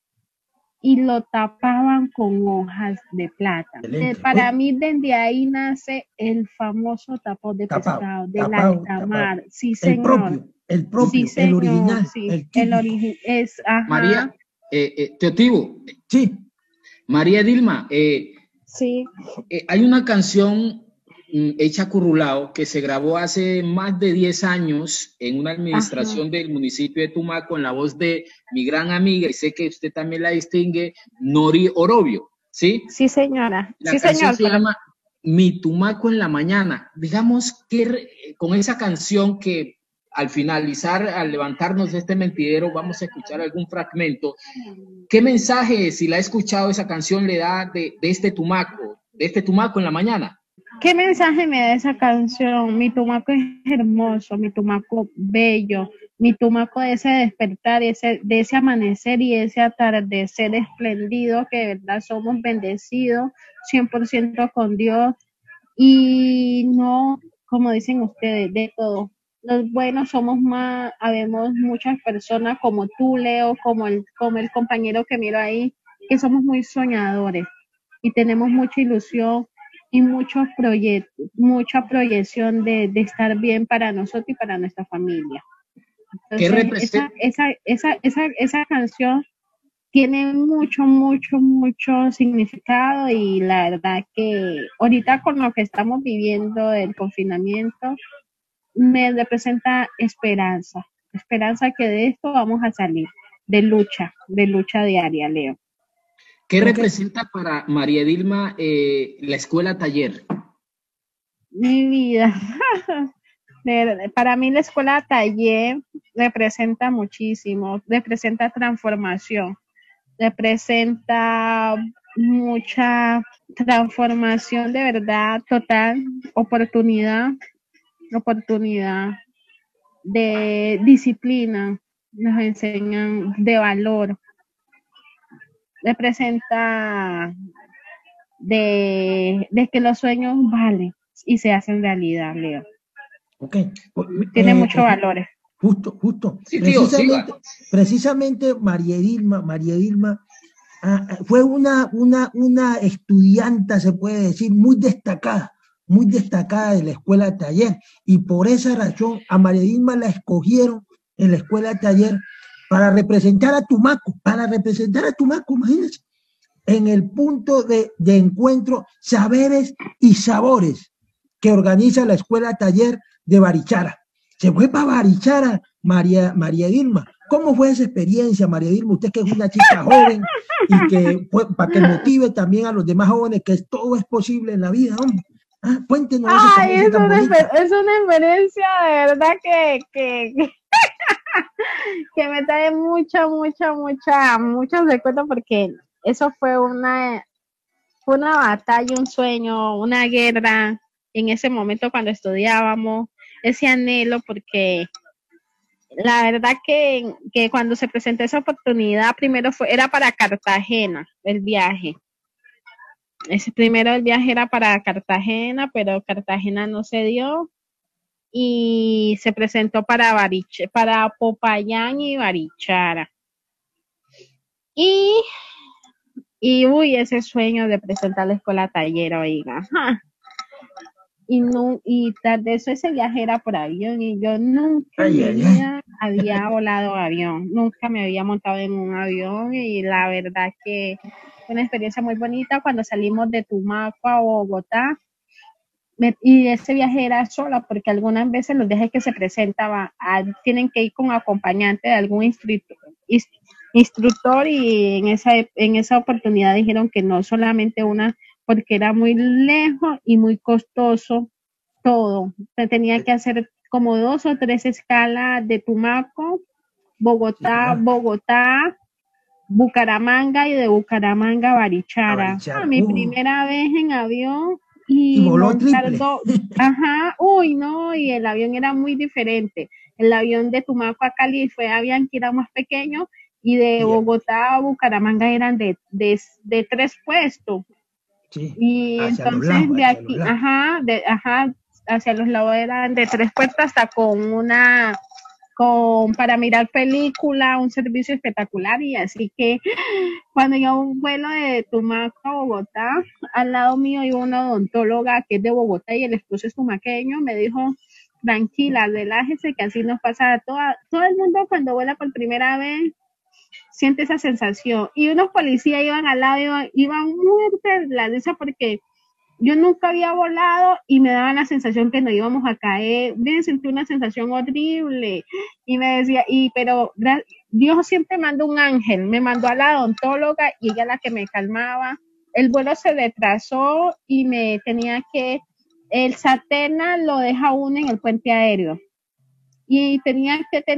y lo tapaban con hojas de plátano. excelente. Para Oye, mí, desde ahí nace el famoso tapón de pescado del alta tapado. mar. Sí, señor. Sí, El señor. original, Sí, el el típico. origen es, ajá. María, Teotibo, Sí, María Dilma, Sí, hay una canción hecha currulao que se grabó hace más de 10 años en una ajá. administración del municipio de Tumaco con la voz de mi gran amiga, y sé que usted también la distingue, Nori Orobio, ¿sí? Sí, señora. La Sí, canción señor. se llama Mi Tumaco en la mañana. Digamos que con esa canción que al finalizar, al levantarnos de este mentidero, vamos a escuchar algún fragmento. ¿Qué mensaje, si la ha escuchado esa canción, le da de este Tumaco en la mañana? ¿Qué mensaje me da esa canción? Mi Tumaco es hermoso, mi Tumaco bello, mi Tumaco de ese despertar, de ese amanecer y ese atardecer espléndido, que de verdad somos bendecidos 100% con Dios, y no, como dicen ustedes, de todo. Los buenos somos más, habemos muchas personas como tú, Leo, como el compañero que miro ahí, que somos muy soñadores y tenemos mucha ilusión y muchos proyectos, mucha proyección de estar bien para nosotros y para nuestra familia. ¿Qué Entonces, representa? esa canción tiene mucho significado, y la verdad que ahorita con lo que estamos viviendo del confinamiento me representa esperanza, esperanza que de esto vamos a salir, de lucha diaria, Leo. ¿Qué ok. representa para María Dilma la escuela taller? Mi vida. Para mí la escuela taller representa muchísimo, representa transformación, representa mucha transformación de verdad total, oportunidad de disciplina, nos enseñan de valor, representa de que los sueños valen y se hacen realidad, Leo. Ok. Tiene muchos valores. Justo. Sí, tío, siga. Precisamente María Dilma fue una estudianta, se puede decir, muy destacada de la escuela taller, y por esa razón a María Dilma la escogieron en la escuela taller para representar a Tumaco, imagínense, en el punto de encuentro Saberes y Sabores que organiza la escuela taller de Barichara. Se fue para Barichara María Dilma. ¿Cómo fue esa experiencia, María Dilma? Usted que es una chica joven y que para que motive también a los demás jóvenes que todo es posible en la vida, hombre. Cuéntenos esa experiencia tan bonita. Es una experiencia de verdad que me trae muchos recuerdos, porque eso fue una batalla, un sueño, una guerra en ese momento cuando estudiábamos, ese anhelo, porque la verdad que cuando se presentó esa oportunidad, primero era para Cartagena el viaje. Primero el viaje era para Cartagena, pero Cartagena no se dio y se presentó para Popayán y Barichara. Y uy, ese sueño de presentar la escuela taller, oiga. Y tras de eso ese viaje era por avión, y yo nunca en mi vida había volado avión, nunca me había montado en un avión, y la verdad que fue una experiencia muy bonita. Cuando salimos de Tumaco a Bogotá, y ese viaje era sola, porque algunas veces los viajes que se presentaban tienen que ir con acompañante de algún instructor, y en esa oportunidad dijeron que no, solamente una, porque era muy lejos y muy costoso todo. Se tenía que hacer como 2 o 3 escalas de Tumaco, Bogotá, Bucaramanga, y de Bucaramanga a Barichara. Mi primera vez en avión, y voló triple. Uy, no, y el avión era muy diferente. El avión de Tumaco a Cali habían que era más pequeño, y de Bogotá a Bucaramanga eran de 3 puestos. Sí, y entonces de aquí, hacia los lados eran de 3 puestos, hasta para mirar película, un servicio espectacular. Y así que cuando yo un vuelo de Tumaco a Bogotá, al lado mío iba una odontóloga que es de Bogotá y el esposo es tumaqueño. Me dijo: tranquila, relájese, que así nos pasa a todo el mundo cuando vuela por primera vez, siente esa sensación. Y unos policías iban al lado, iban muertos de la risa, porque yo nunca había volado y me daba la sensación que nos íbamos a caer. Me sentí una sensación horrible, y me decía, pero Dios siempre manda un ángel, me mandó a la odontóloga y ella la que me calmaba. El vuelo se retrasó y el Satena lo deja uno en el puente aéreo, y tenía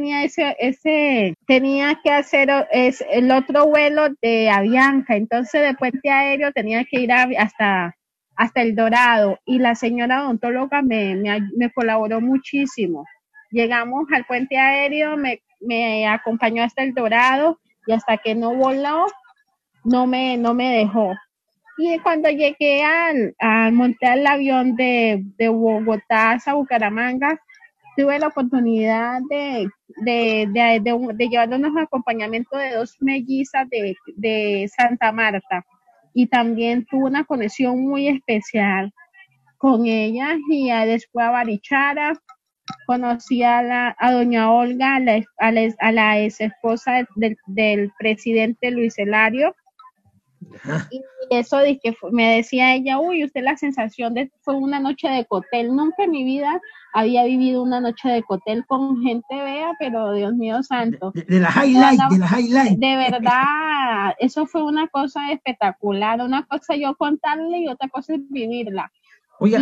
que hacer el otro vuelo de Avianca. Entonces de puente aéreo tenía que ir hasta El Dorado, y la señora odontóloga me colaboró muchísimo. Llegamos al puente aéreo, me acompañó hasta El Dorado, y hasta que no voló no me dejó. Y cuando llegué monté el avión de Bogotá a Bucaramanga, tuve la oportunidad de llevar unos acompañamientos de 2 mellizas de Santa Marta, y también tuve una conexión muy especial con ellas. Y después a Barichara conocí a doña Olga, a la ex esposa del presidente Luis Elario. Y eso de que me decía ella: uy, usted, la sensación fue una noche de cóctel. Nunca en mi vida había vivido una noche de cóctel con gente vea, pero Dios mío santo. De la highlight. De verdad, eso fue una cosa espectacular. Una cosa yo contarle y otra cosa es vivirla. Oiga,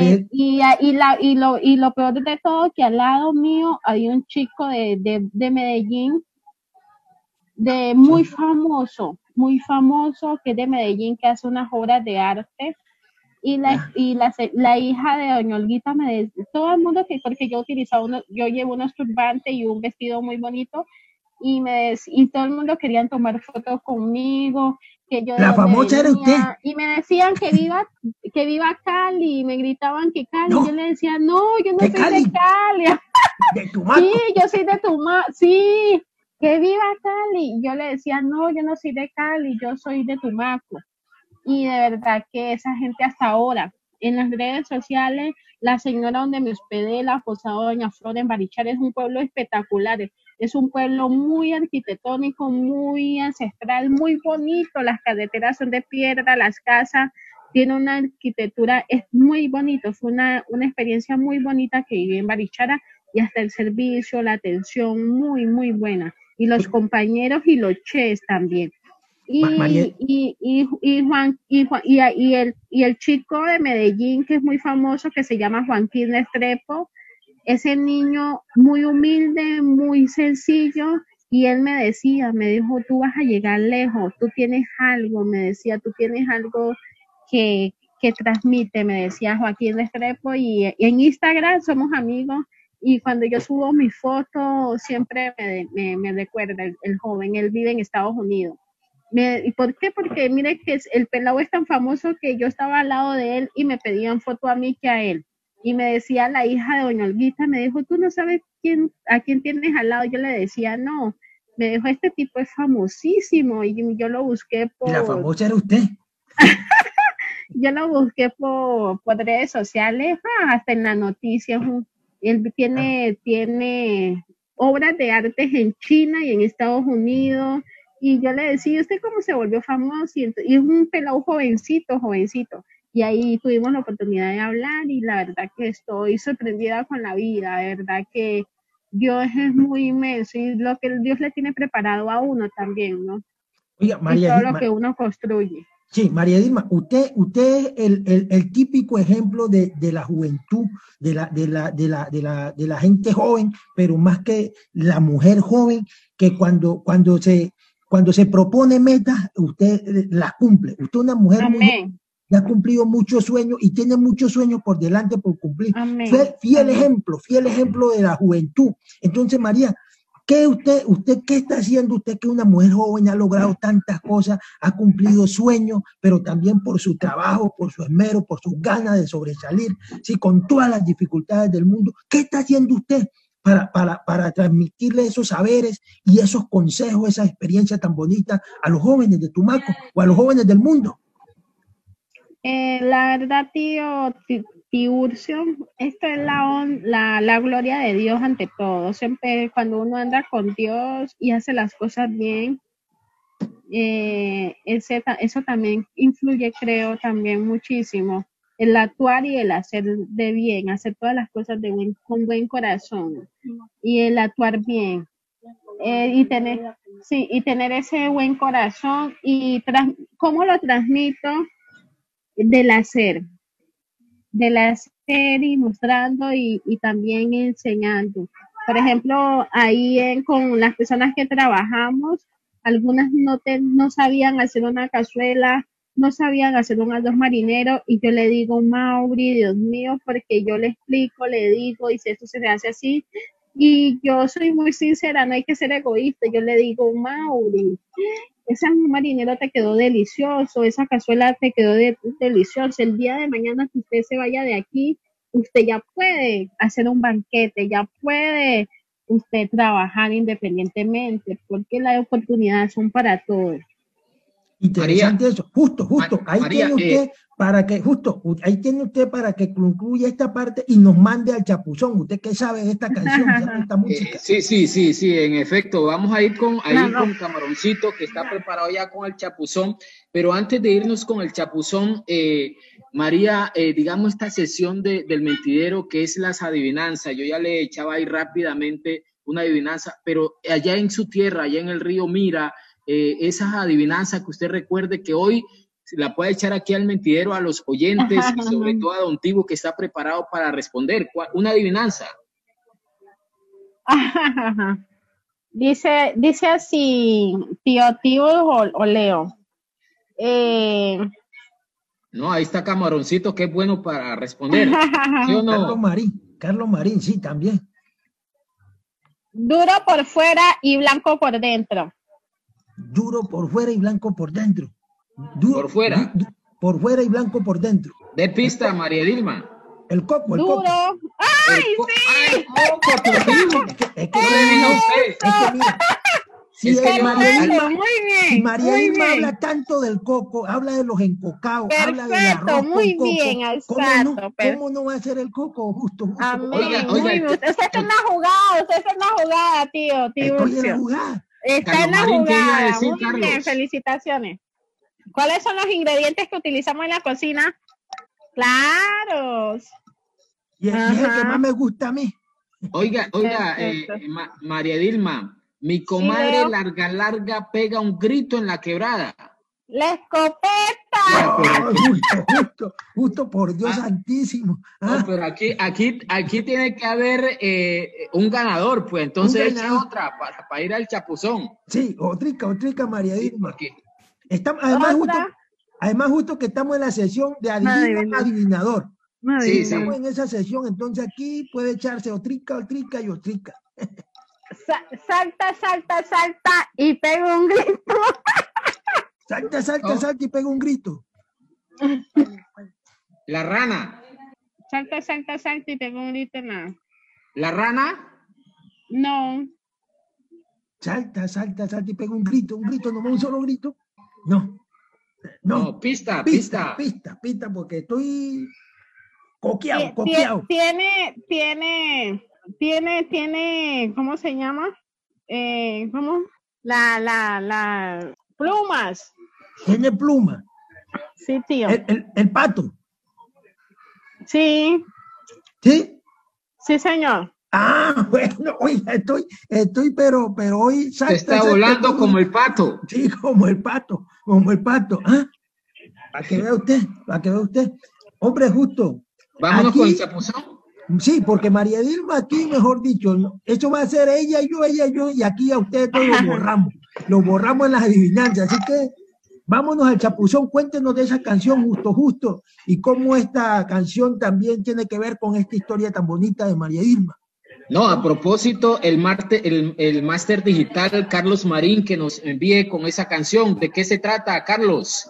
y lo peor de todo, que al lado mío había un chico de Medellín, muy famoso, que es de Medellín, que hace unas obras de arte. Y la hija de doña Olguita me decía, todo el mundo, porque yo llevo unos turbantes y un vestido muy bonito, y todo el mundo querían tomar fotos conmigo, que yo la famosa era usted, y me decían que viva Cali, y me gritaban que Cali, no, yo le decía: no, yo no soy de Cali. De Tumaco. Sí, yo soy de Tumaco, sí, que viva Cali. Yo le decía, no, yo no soy de Cali, yo soy de Tumaco. Y de verdad que esa gente hasta ahora, en las redes sociales, la señora donde me hospedé, la Posada Doña Flor en Barichara, es un pueblo espectacular, es un pueblo muy arquitectónico, muy ancestral, muy bonito, las carreteras son de piedra, las casas, tiene una arquitectura, es muy bonito, fue una experiencia muy bonita que viví en Barichara y hasta el servicio, la atención, muy, muy buena. Y los compañeros y los chefs también. María, Y el chico de Medellín que es muy famoso, que se llama Joaquín Restrepo, ese niño muy humilde, muy sencillo, y él me dijo, tú vas a llegar lejos, tú tienes algo, me decía, tú tienes algo que transmite, me decía Joaquín Restrepo, y en Instagram somos amigos, y cuando yo subo mi foto, siempre me recuerda el joven, él vive en Estados Unidos. ¿Y por qué? Porque mire que el pelado es tan famoso que yo estaba al lado de él y me pedían foto a mí que a él. Y me decía la hija de doña Olguita, me dijo, tú no sabes a quién tienes al lado. Yo le decía, no. Me dijo, este tipo es famosísimo. Y yo lo busqué y la famosa era usted. por redes sociales, hasta en las noticias. Él tiene obras de artes en China y en Estados Unidos. Y yo le decía, ¿usted cómo se volvió famoso? Y es un pelado jovencito. Y ahí tuvimos la oportunidad de hablar y la verdad que estoy sorprendida con la vida, de verdad que Dios es muy inmenso y lo que Dios le tiene preparado a uno también, ¿no? Oiga, Y María todo Dilma, lo que uno construye. sí, María Dilma, usted es el típico ejemplo de la juventud, de la gente joven, pero más que la mujer joven, que cuando se propone metas, usted las cumple. Usted es una mujer muy joven, Amén, que ha cumplido muchos sueños y tiene muchos sueños por delante por cumplir. amén, Fiel amén. ejemplo de la juventud. Entonces, María, ¿qué está haciendo usted que una mujer joven ha logrado tantas cosas, ha cumplido sueños, pero también por su trabajo, por su esmero, por sus ganas de sobresalir, sí, con todas las dificultades del mundo? ¿Qué está haciendo usted para transmitirle esos saberes y esos consejos, esa experiencia tan bonita a los jóvenes de Tumaco o a los jóvenes del mundo? La verdad, tío Tiburcio, esto es la gloria de Dios ante todo. Siempre cuando uno anda con Dios y hace las cosas bien, eso también influye, creo, también muchísimo. El actuar y el hacer de bien, hacer todas las cosas con buen corazón y el actuar bien. Y tener ese buen corazón y ¿cómo lo transmito? Del hacer, y mostrando y también enseñando. Por ejemplo, ahí con las personas que trabajamos, algunas no sabían hacer una cazuela, no sabían hacer un arroz marinero y yo le digo, Mauri, Dios mío, porque yo le explico, le digo, y si esto se hace así, y yo soy muy sincera, no hay que ser egoísta, yo le digo, Mauri, ese marinero te quedó delicioso, esa cazuela te quedó deliciosa. El día de mañana que usted se vaya de aquí, usted ya puede hacer un banquete, ya puede usted trabajar independientemente, porque las oportunidades son para todos. Interesante María, eso. Justo. Ahí María, tiene usted ahí tiene usted para que concluya esta parte y nos mande al chapuzón. ¿Usted qué sabe de esta canción, de esta música? sí, en efecto, vamos a ir con Claro. Camaroncito, que está preparado ya con el chapuzón, pero antes de irnos con el chapuzón, María, digamos esta sesión del mentidero que es las adivinanzas, yo ya le echaba ahí rápidamente una adivinanza, pero allá en su tierra, allá en el río Mira, esas adivinanzas que usted recuerde que hoy la puede echar aquí al mentidero, a los oyentes y sobre todo a Don Tibo que está preparado para responder. Una adivinanza. Dice así, tío o Leo. No, ahí está Camaroncito, que es bueno para responder. ¿Sí o no? Carlos Marín, sí, también. Duro por fuera y blanco por dentro. Duro por fuera y blanco por dentro. Por fuera. Por fuera y blanco por dentro. De pista, María Dilma. El coco, el Duro. coco. ¡Ay, El co- sí! ¡Ay, coco, terrible! Es que No le diga usted. es que mira, si Es que el yo- María Perfecto, Irma, muy si bien. María Muy Irma bien. habla tanto del coco, habla de los encocados, habla del Perfecto, arroz muy con coco, bien, exacto. ¿cómo no va a ser el coco? Justo, porque Amén. Oiga, Muy oiga, bien. Usted está en la jugada, usted está en la jugada, tío estoy en la Urcio. jugada. Está Carlos en la Marín, ¿qué iba a jugada. decir, Muy bien, Carlos? felicitaciones. ¿Cuáles son los ingredientes que utilizamos en la cocina? Claro. Y es el que Ajá. más me gusta a mí. Oiga, Perfecto. María Dilma, mi comadre Leo. larga pega un grito en la quebrada. La escopeta. Oh, justo, por Dios Ah. santísimo. No, Ah, pero aquí tiene que haber un ganador, pues entonces Un eche ganador. otra para ir al chapuzón. sí, otrica, María Sí, Irma. porque Además, justo que estamos en la sesión de adivinador. Sí, Estamos en esa sesión, entonces aquí puede echarse otrica y otrica. Salta y pega un grito. Salta Oh. y pega un grito. la rana, Salta y pega un grito. No. la rana, No. Salta y pega un grito, nomás un solo grito. No, no, pista, pista, porque estoy coqueado. Tiene, ¿cómo se llama? ¿Cómo? La plumas. Tiene pluma. Sí, tío. El pato, Sí, ¿sí? sí, señor. Ah, bueno, oiga, estoy, pero hoy se está volando como el pato. Sí, como el pato. ¿Ah? Para que vea usted. Hombre, justo. Vámonos Aquí- con el chapuzón. Sí, porque María Dilma aquí, mejor dicho, ¿no? Eso va a ser ella, yo, y aquí a ustedes todos lo borramos en las adivinanzas, así que vámonos al chapuzón, cuéntenos de esa canción justo, y cómo esta canción también tiene que ver con esta historia tan bonita de María Dilma. No, a propósito, el máster digital Carlos Marín que nos envíe con esa canción. ¿De qué se trata, Carlos?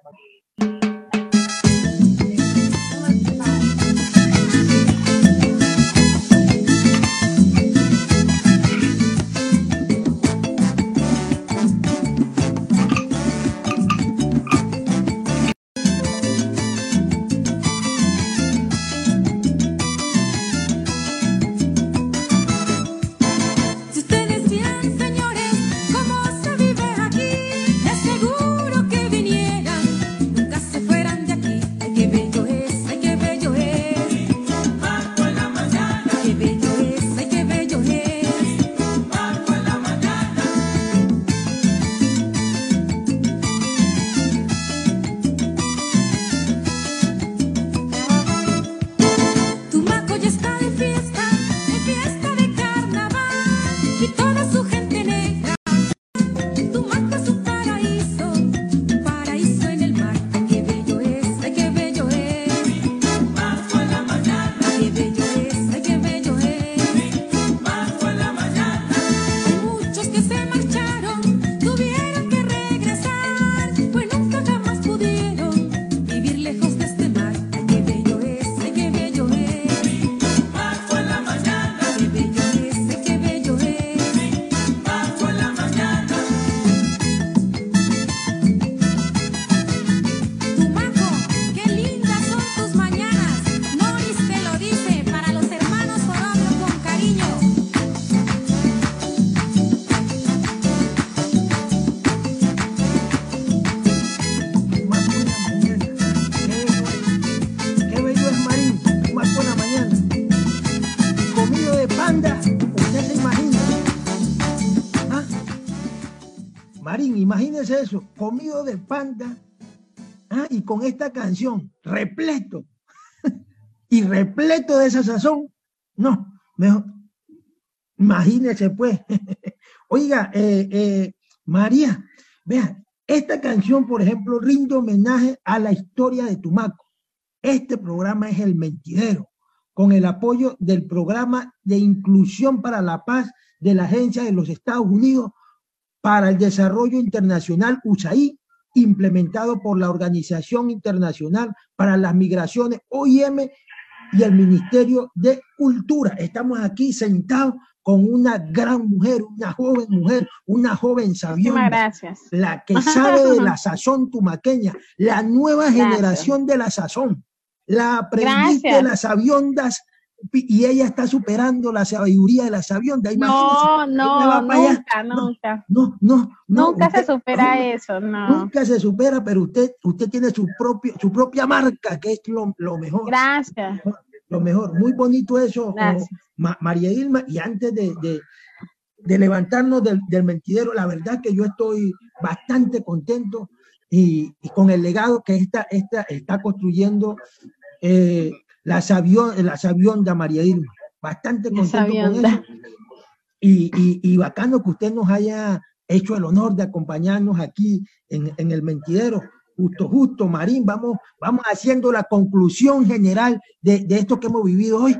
Si ustedes vieran, señores, cómo se vive aquí, les aseguro que vinieran, nunca se fueran de aquí. Ay, qué bello es, ay, qué bello es. Marco en la mañana. Ay, qué bello es, ay, qué bello es. Marco en la mañana. Tumaco ya está de fiesta de carnaval, y toda su gente negra. Tumaco es un paraíso en el mar. Ay, qué bello es, ay, qué bello es. Marco en la mañana. Ay, qué bello es, ay, qué bello es. Marco en la mañana. Hay muchos que se marcharon, tuvieron que regresar, pues nunca jamás pudieron vivir lejos de este mar. Ay, qué bello es, ay, qué bello es. Marco en la mañana. Qué bello es, ay, qué bello es. Marco en la mañana. Tumaco, qué lindas son tus mañanas. Morris te lo dice para los hermanos Orobio con cariño. Qué bello es Marín, más por la mañana. Comido de panda, usted se imagina. ¿Ah? Marín, imagínese eso, comido de panda, ¿ah? Y con esta canción, repleto, y repleto de esa sazón. No, mejor, imagínese pues. Oiga, María, vea, esta canción, por ejemplo, rinde homenaje a la historia de Tumaco. Este programa es El Mentidero, con el apoyo del Programa de Inclusión para la Paz de la Agencia de los Estados Unidos para el Desarrollo Internacional, USAID, implementado por la Organización Internacional para las Migraciones, OIM, y el Ministerio de Cultura. Estamos aquí sentados con una gran mujer, una joven sabionda, Muchísimas gracias. la que sabe de la sazón tumaqueña, la nueva generación de la sazón, la aprendiz de las sabiondas, y ella está superando la sabiduría de la sabionda. No, nunca se supera eso, no. Nunca se supera, pero usted tiene su propia marca, que es lo mejor. Gracias. Lo mejor, muy bonito eso, María Dilma. Y antes de levantarnos del mentidero, la verdad que yo estoy bastante contento y con el legado que esta está construyendo la sabionda María Dilma. Bastante contento con eso. Y bacano que usted nos haya hecho el honor de acompañarnos aquí en el mentidero. Justo, Marín, vamos haciendo la conclusión general de esto que hemos vivido hoy.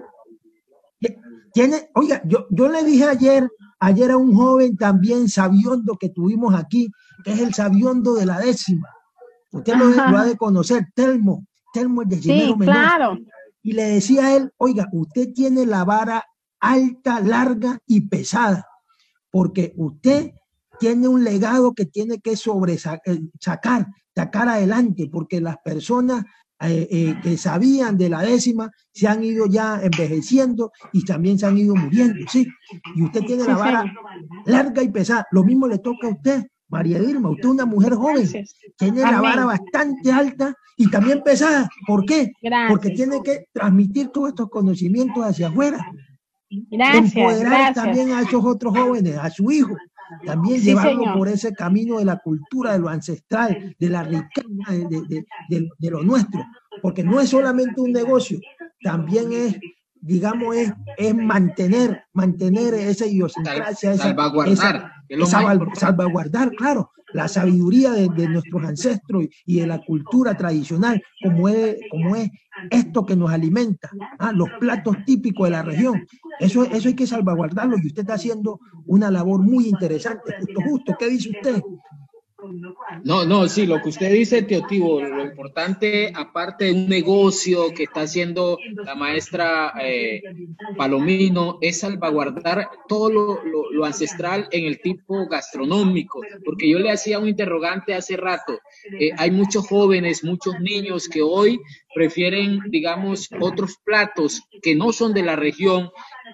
Oiga, yo le dije ayer a un joven también sabiondo que tuvimos aquí, que es el sabiondo de la 10ª. Usted lo ha de conocer, Telmo es de Cimero Menor. Claro. Y le decía a él, oiga, usted tiene la vara alta, larga y pesada, porque usted tiene un legado que tiene que sacar adelante, porque las personas que sabían de la 10ª se han ido ya envejeciendo y también se han ido muriendo, ¿sí? Y usted tiene la vara larga y pesada. Lo mismo le toca a usted, María Dilma. Usted es una mujer joven, tiene la vara bastante alta y también pesada. ¿Por qué? Porque tiene que transmitir todos estos conocimientos hacia afuera. Empoderar también a esos otros jóvenes, a su hijo. También llevarlo por ese camino de la cultura, de lo ancestral, de la riqueza de lo nuestro, porque no es solamente un negocio, también es, digamos, es mantener esa idiosincrasia, salvaguardar, claro, la sabiduría de nuestros ancestros y de la cultura tradicional, como es esto que nos alimenta, los platos típicos de la región. Eso hay que salvaguardarlo y usted está haciendo una labor muy interesante. Justo, ¿qué dice usted? No, sí, lo que usted dice, tío Tibo, lo importante, aparte de un negocio que está haciendo la maestra Palomino, es salvaguardar todo lo ancestral en el tipo gastronómico, porque yo le hacía un interrogante hace rato. Hay muchos jóvenes, muchos niños que hoy prefieren, digamos, otros platos que no son de la región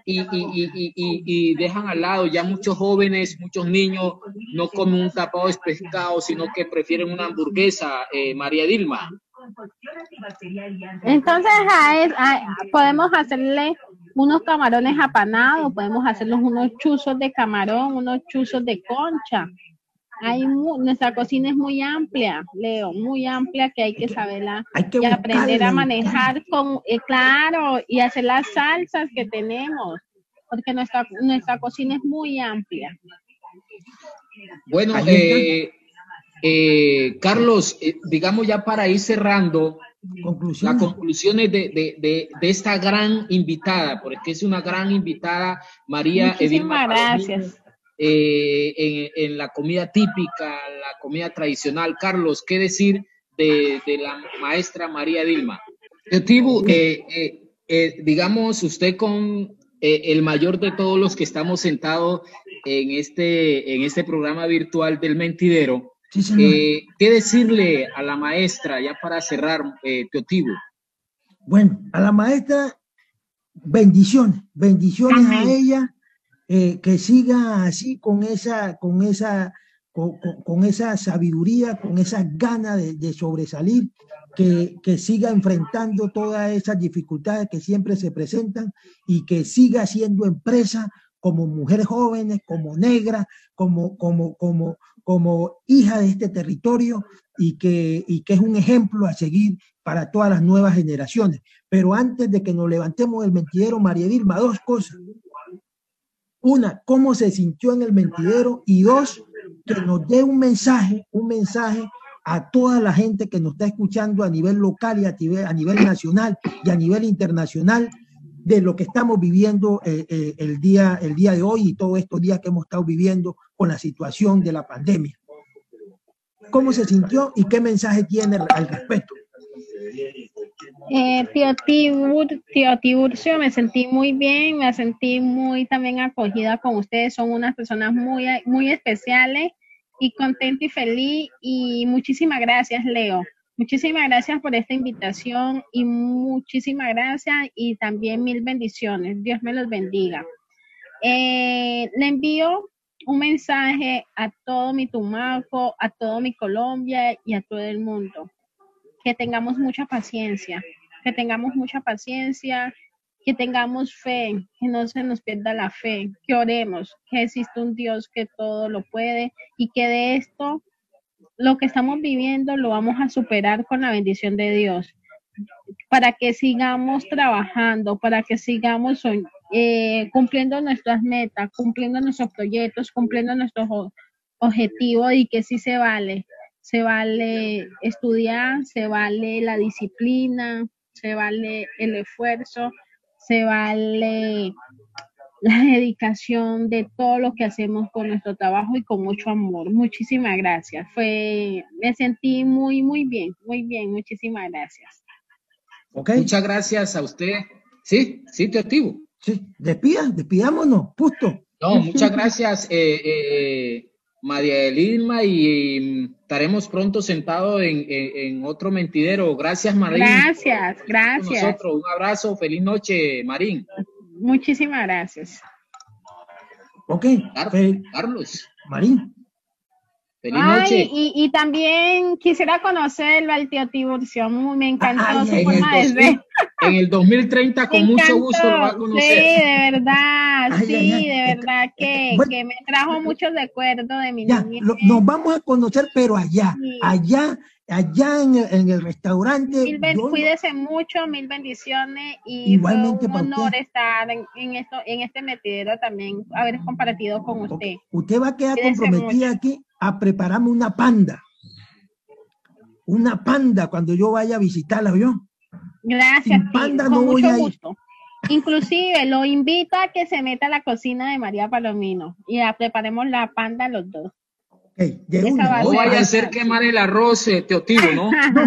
y dejan al lado ya muchos jóvenes, muchos niños no comen un tapado de pescado, sino que prefieren una hamburguesa, María Dilma. Entonces podemos hacerle unos camarones apanados, podemos hacerles unos chuzos de camarón, unos chuzos de concha. Nuestra cocina es muy amplia, Leo, muy amplia, que hay que saberla y aprender a manejar claro, y hacer las salsas que tenemos, porque nuestra cocina es muy amplia. Bueno, Carlos, digamos ya para ir cerrando, las conclusiones de esta gran invitada, porque es una gran invitada, María Edilma Palomino. Gracias. En la comida típica, la comida tradicional. Carlos, ¿qué decir de la maestra María Dilma? Tibu, digamos, usted con el mayor de todos los que estamos sentados en este programa virtual del mentidero, ¿qué decirle a la maestra ya para cerrar, Tibu? Bueno, a la maestra, bendiciones a ella. Que siga así con esa sabiduría, con esas ganas de sobresalir, que siga enfrentando todas esas dificultades que siempre se presentan y que siga haciendo empresa como mujer joven, como negra, como hija de este territorio y que es un ejemplo a seguir para todas las nuevas generaciones. Pero antes de que nos levantemos del mentidero, María Dilma, dos cosas. Una, cómo se sintió en el mentidero, y dos, que nos dé un mensaje a toda la gente que nos está escuchando a nivel local y a nivel nacional y a nivel internacional de lo que estamos viviendo el día de hoy y todos estos días que hemos estado viviendo con la situación de la pandemia. ¿Cómo se sintió y qué mensaje tiene al respecto? Tío Tiburcio, me sentí muy bien, me sentí muy también acogida con ustedes, son unas personas muy especiales y contenta y feliz y muchísimas gracias, Leo. Muchísimas gracias por esta invitación y muchísimas gracias y también mil bendiciones. Dios me los bendiga. Le envío un mensaje a todo mi Tumaco, a todo mi Colombia y a todo el mundo. Que tengamos mucha paciencia, que tengamos mucha paciencia, que tengamos fe, que no se nos pierda la fe, que oremos, que existe un Dios que todo lo puede y que de esto, lo que estamos viviendo, lo vamos a superar con la bendición de Dios, para que sigamos trabajando, para que sigamos cumpliendo nuestras metas, cumpliendo nuestros proyectos, cumpliendo nuestros objetivos y que sí se vale estudiar, se vale la disciplina, se vale el esfuerzo, se vale la dedicación de todo lo que hacemos con nuestro trabajo y con mucho amor. Muchísimas gracias. Me sentí muy bien, muchísimas gracias. Okay. Muchas gracias a usted. Sí, tío Tibu. Sí, despidámonos, justo. No, muchas gracias, María Elilma, y estaremos pronto sentados en otro mentidero. Gracias, Marín. Gracias. Nosotros. Un abrazo, feliz noche, Marín. Muchísimas gracias. Ok. Carlos. Marín. Feliz noche. Y también quisiera conocerlo al tío Tiburcio. Me encantó su forma de ser. En el 2030 con mucho gusto lo va a conocer. Sí, de verdad que me trajo muchos recuerdos de mi niñez. Nos vamos a conocer, pero allá, Sí. allá en el restaurante. Cuídese mucho, mil bendiciones y Igualmente fue un para honor usted. estar en este metidero también, haber compartido con usted. Usted va a quedar Cuídese comprometida mucho. aquí a prepararme una panda. Una panda cuando yo vaya a visitarla, ¿vio? Gracias, Sin tío, panda con no voy mucho a ir. gusto. Inclusive lo invito a que se meta a la cocina de María Palomino y preparemos la panda los dos. Okay, de Esa una. va a No ser- vaya a hacer quemar el arroz, tío Tibu, ¿no?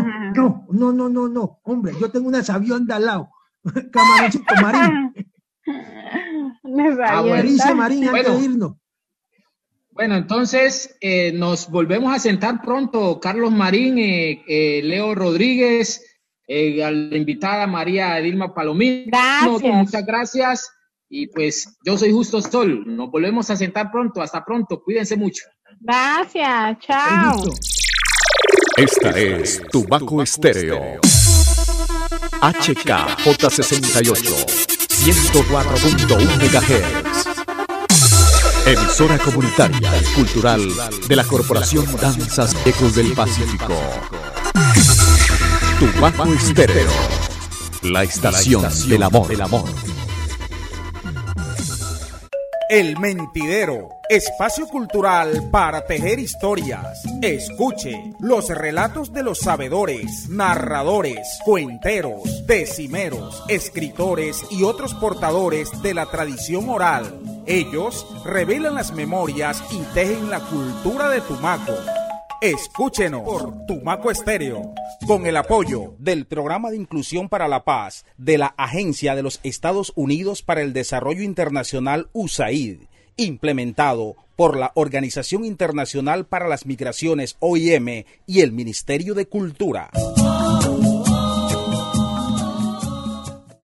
No, hombre, yo tengo una sabionda al lado. Camaroncito Marín. Me salió bueno. Dice esta- Marín antes Bueno. de irnos. Bueno, entonces nos volvemos a sentar pronto. Carlos Marín, Leo Rodríguez, a la invitada María Edilma Palomino. Gracias. Muchas gracias. Y pues yo soy Justo Sol. Nos volvemos a sentar pronto. Hasta pronto. Cuídense mucho. Gracias, chao. Listo. Esta es Tubaco Estéreo. HKJ68, 104.1 MHz. Emisora comunitaria y cultural de la Corporación Danzas Ecos del Pacífico. Tubaco Estéreo, la estación del amor. El Mentidero, espacio cultural para tejer historias. Escuche los relatos de los sabedores, narradores, cuenteros, decimeros, escritores y otros portadores de la tradición oral. Ellos revelan las memorias y tejen la cultura de Tumaco. Escúchenos por Tumaco Estéreo, con el apoyo del Programa de Inclusión para la Paz de la Agencia de los Estados Unidos para el Desarrollo Internacional USAID, implementado por la Organización Internacional para las Migraciones OIM y el Ministerio de Cultura.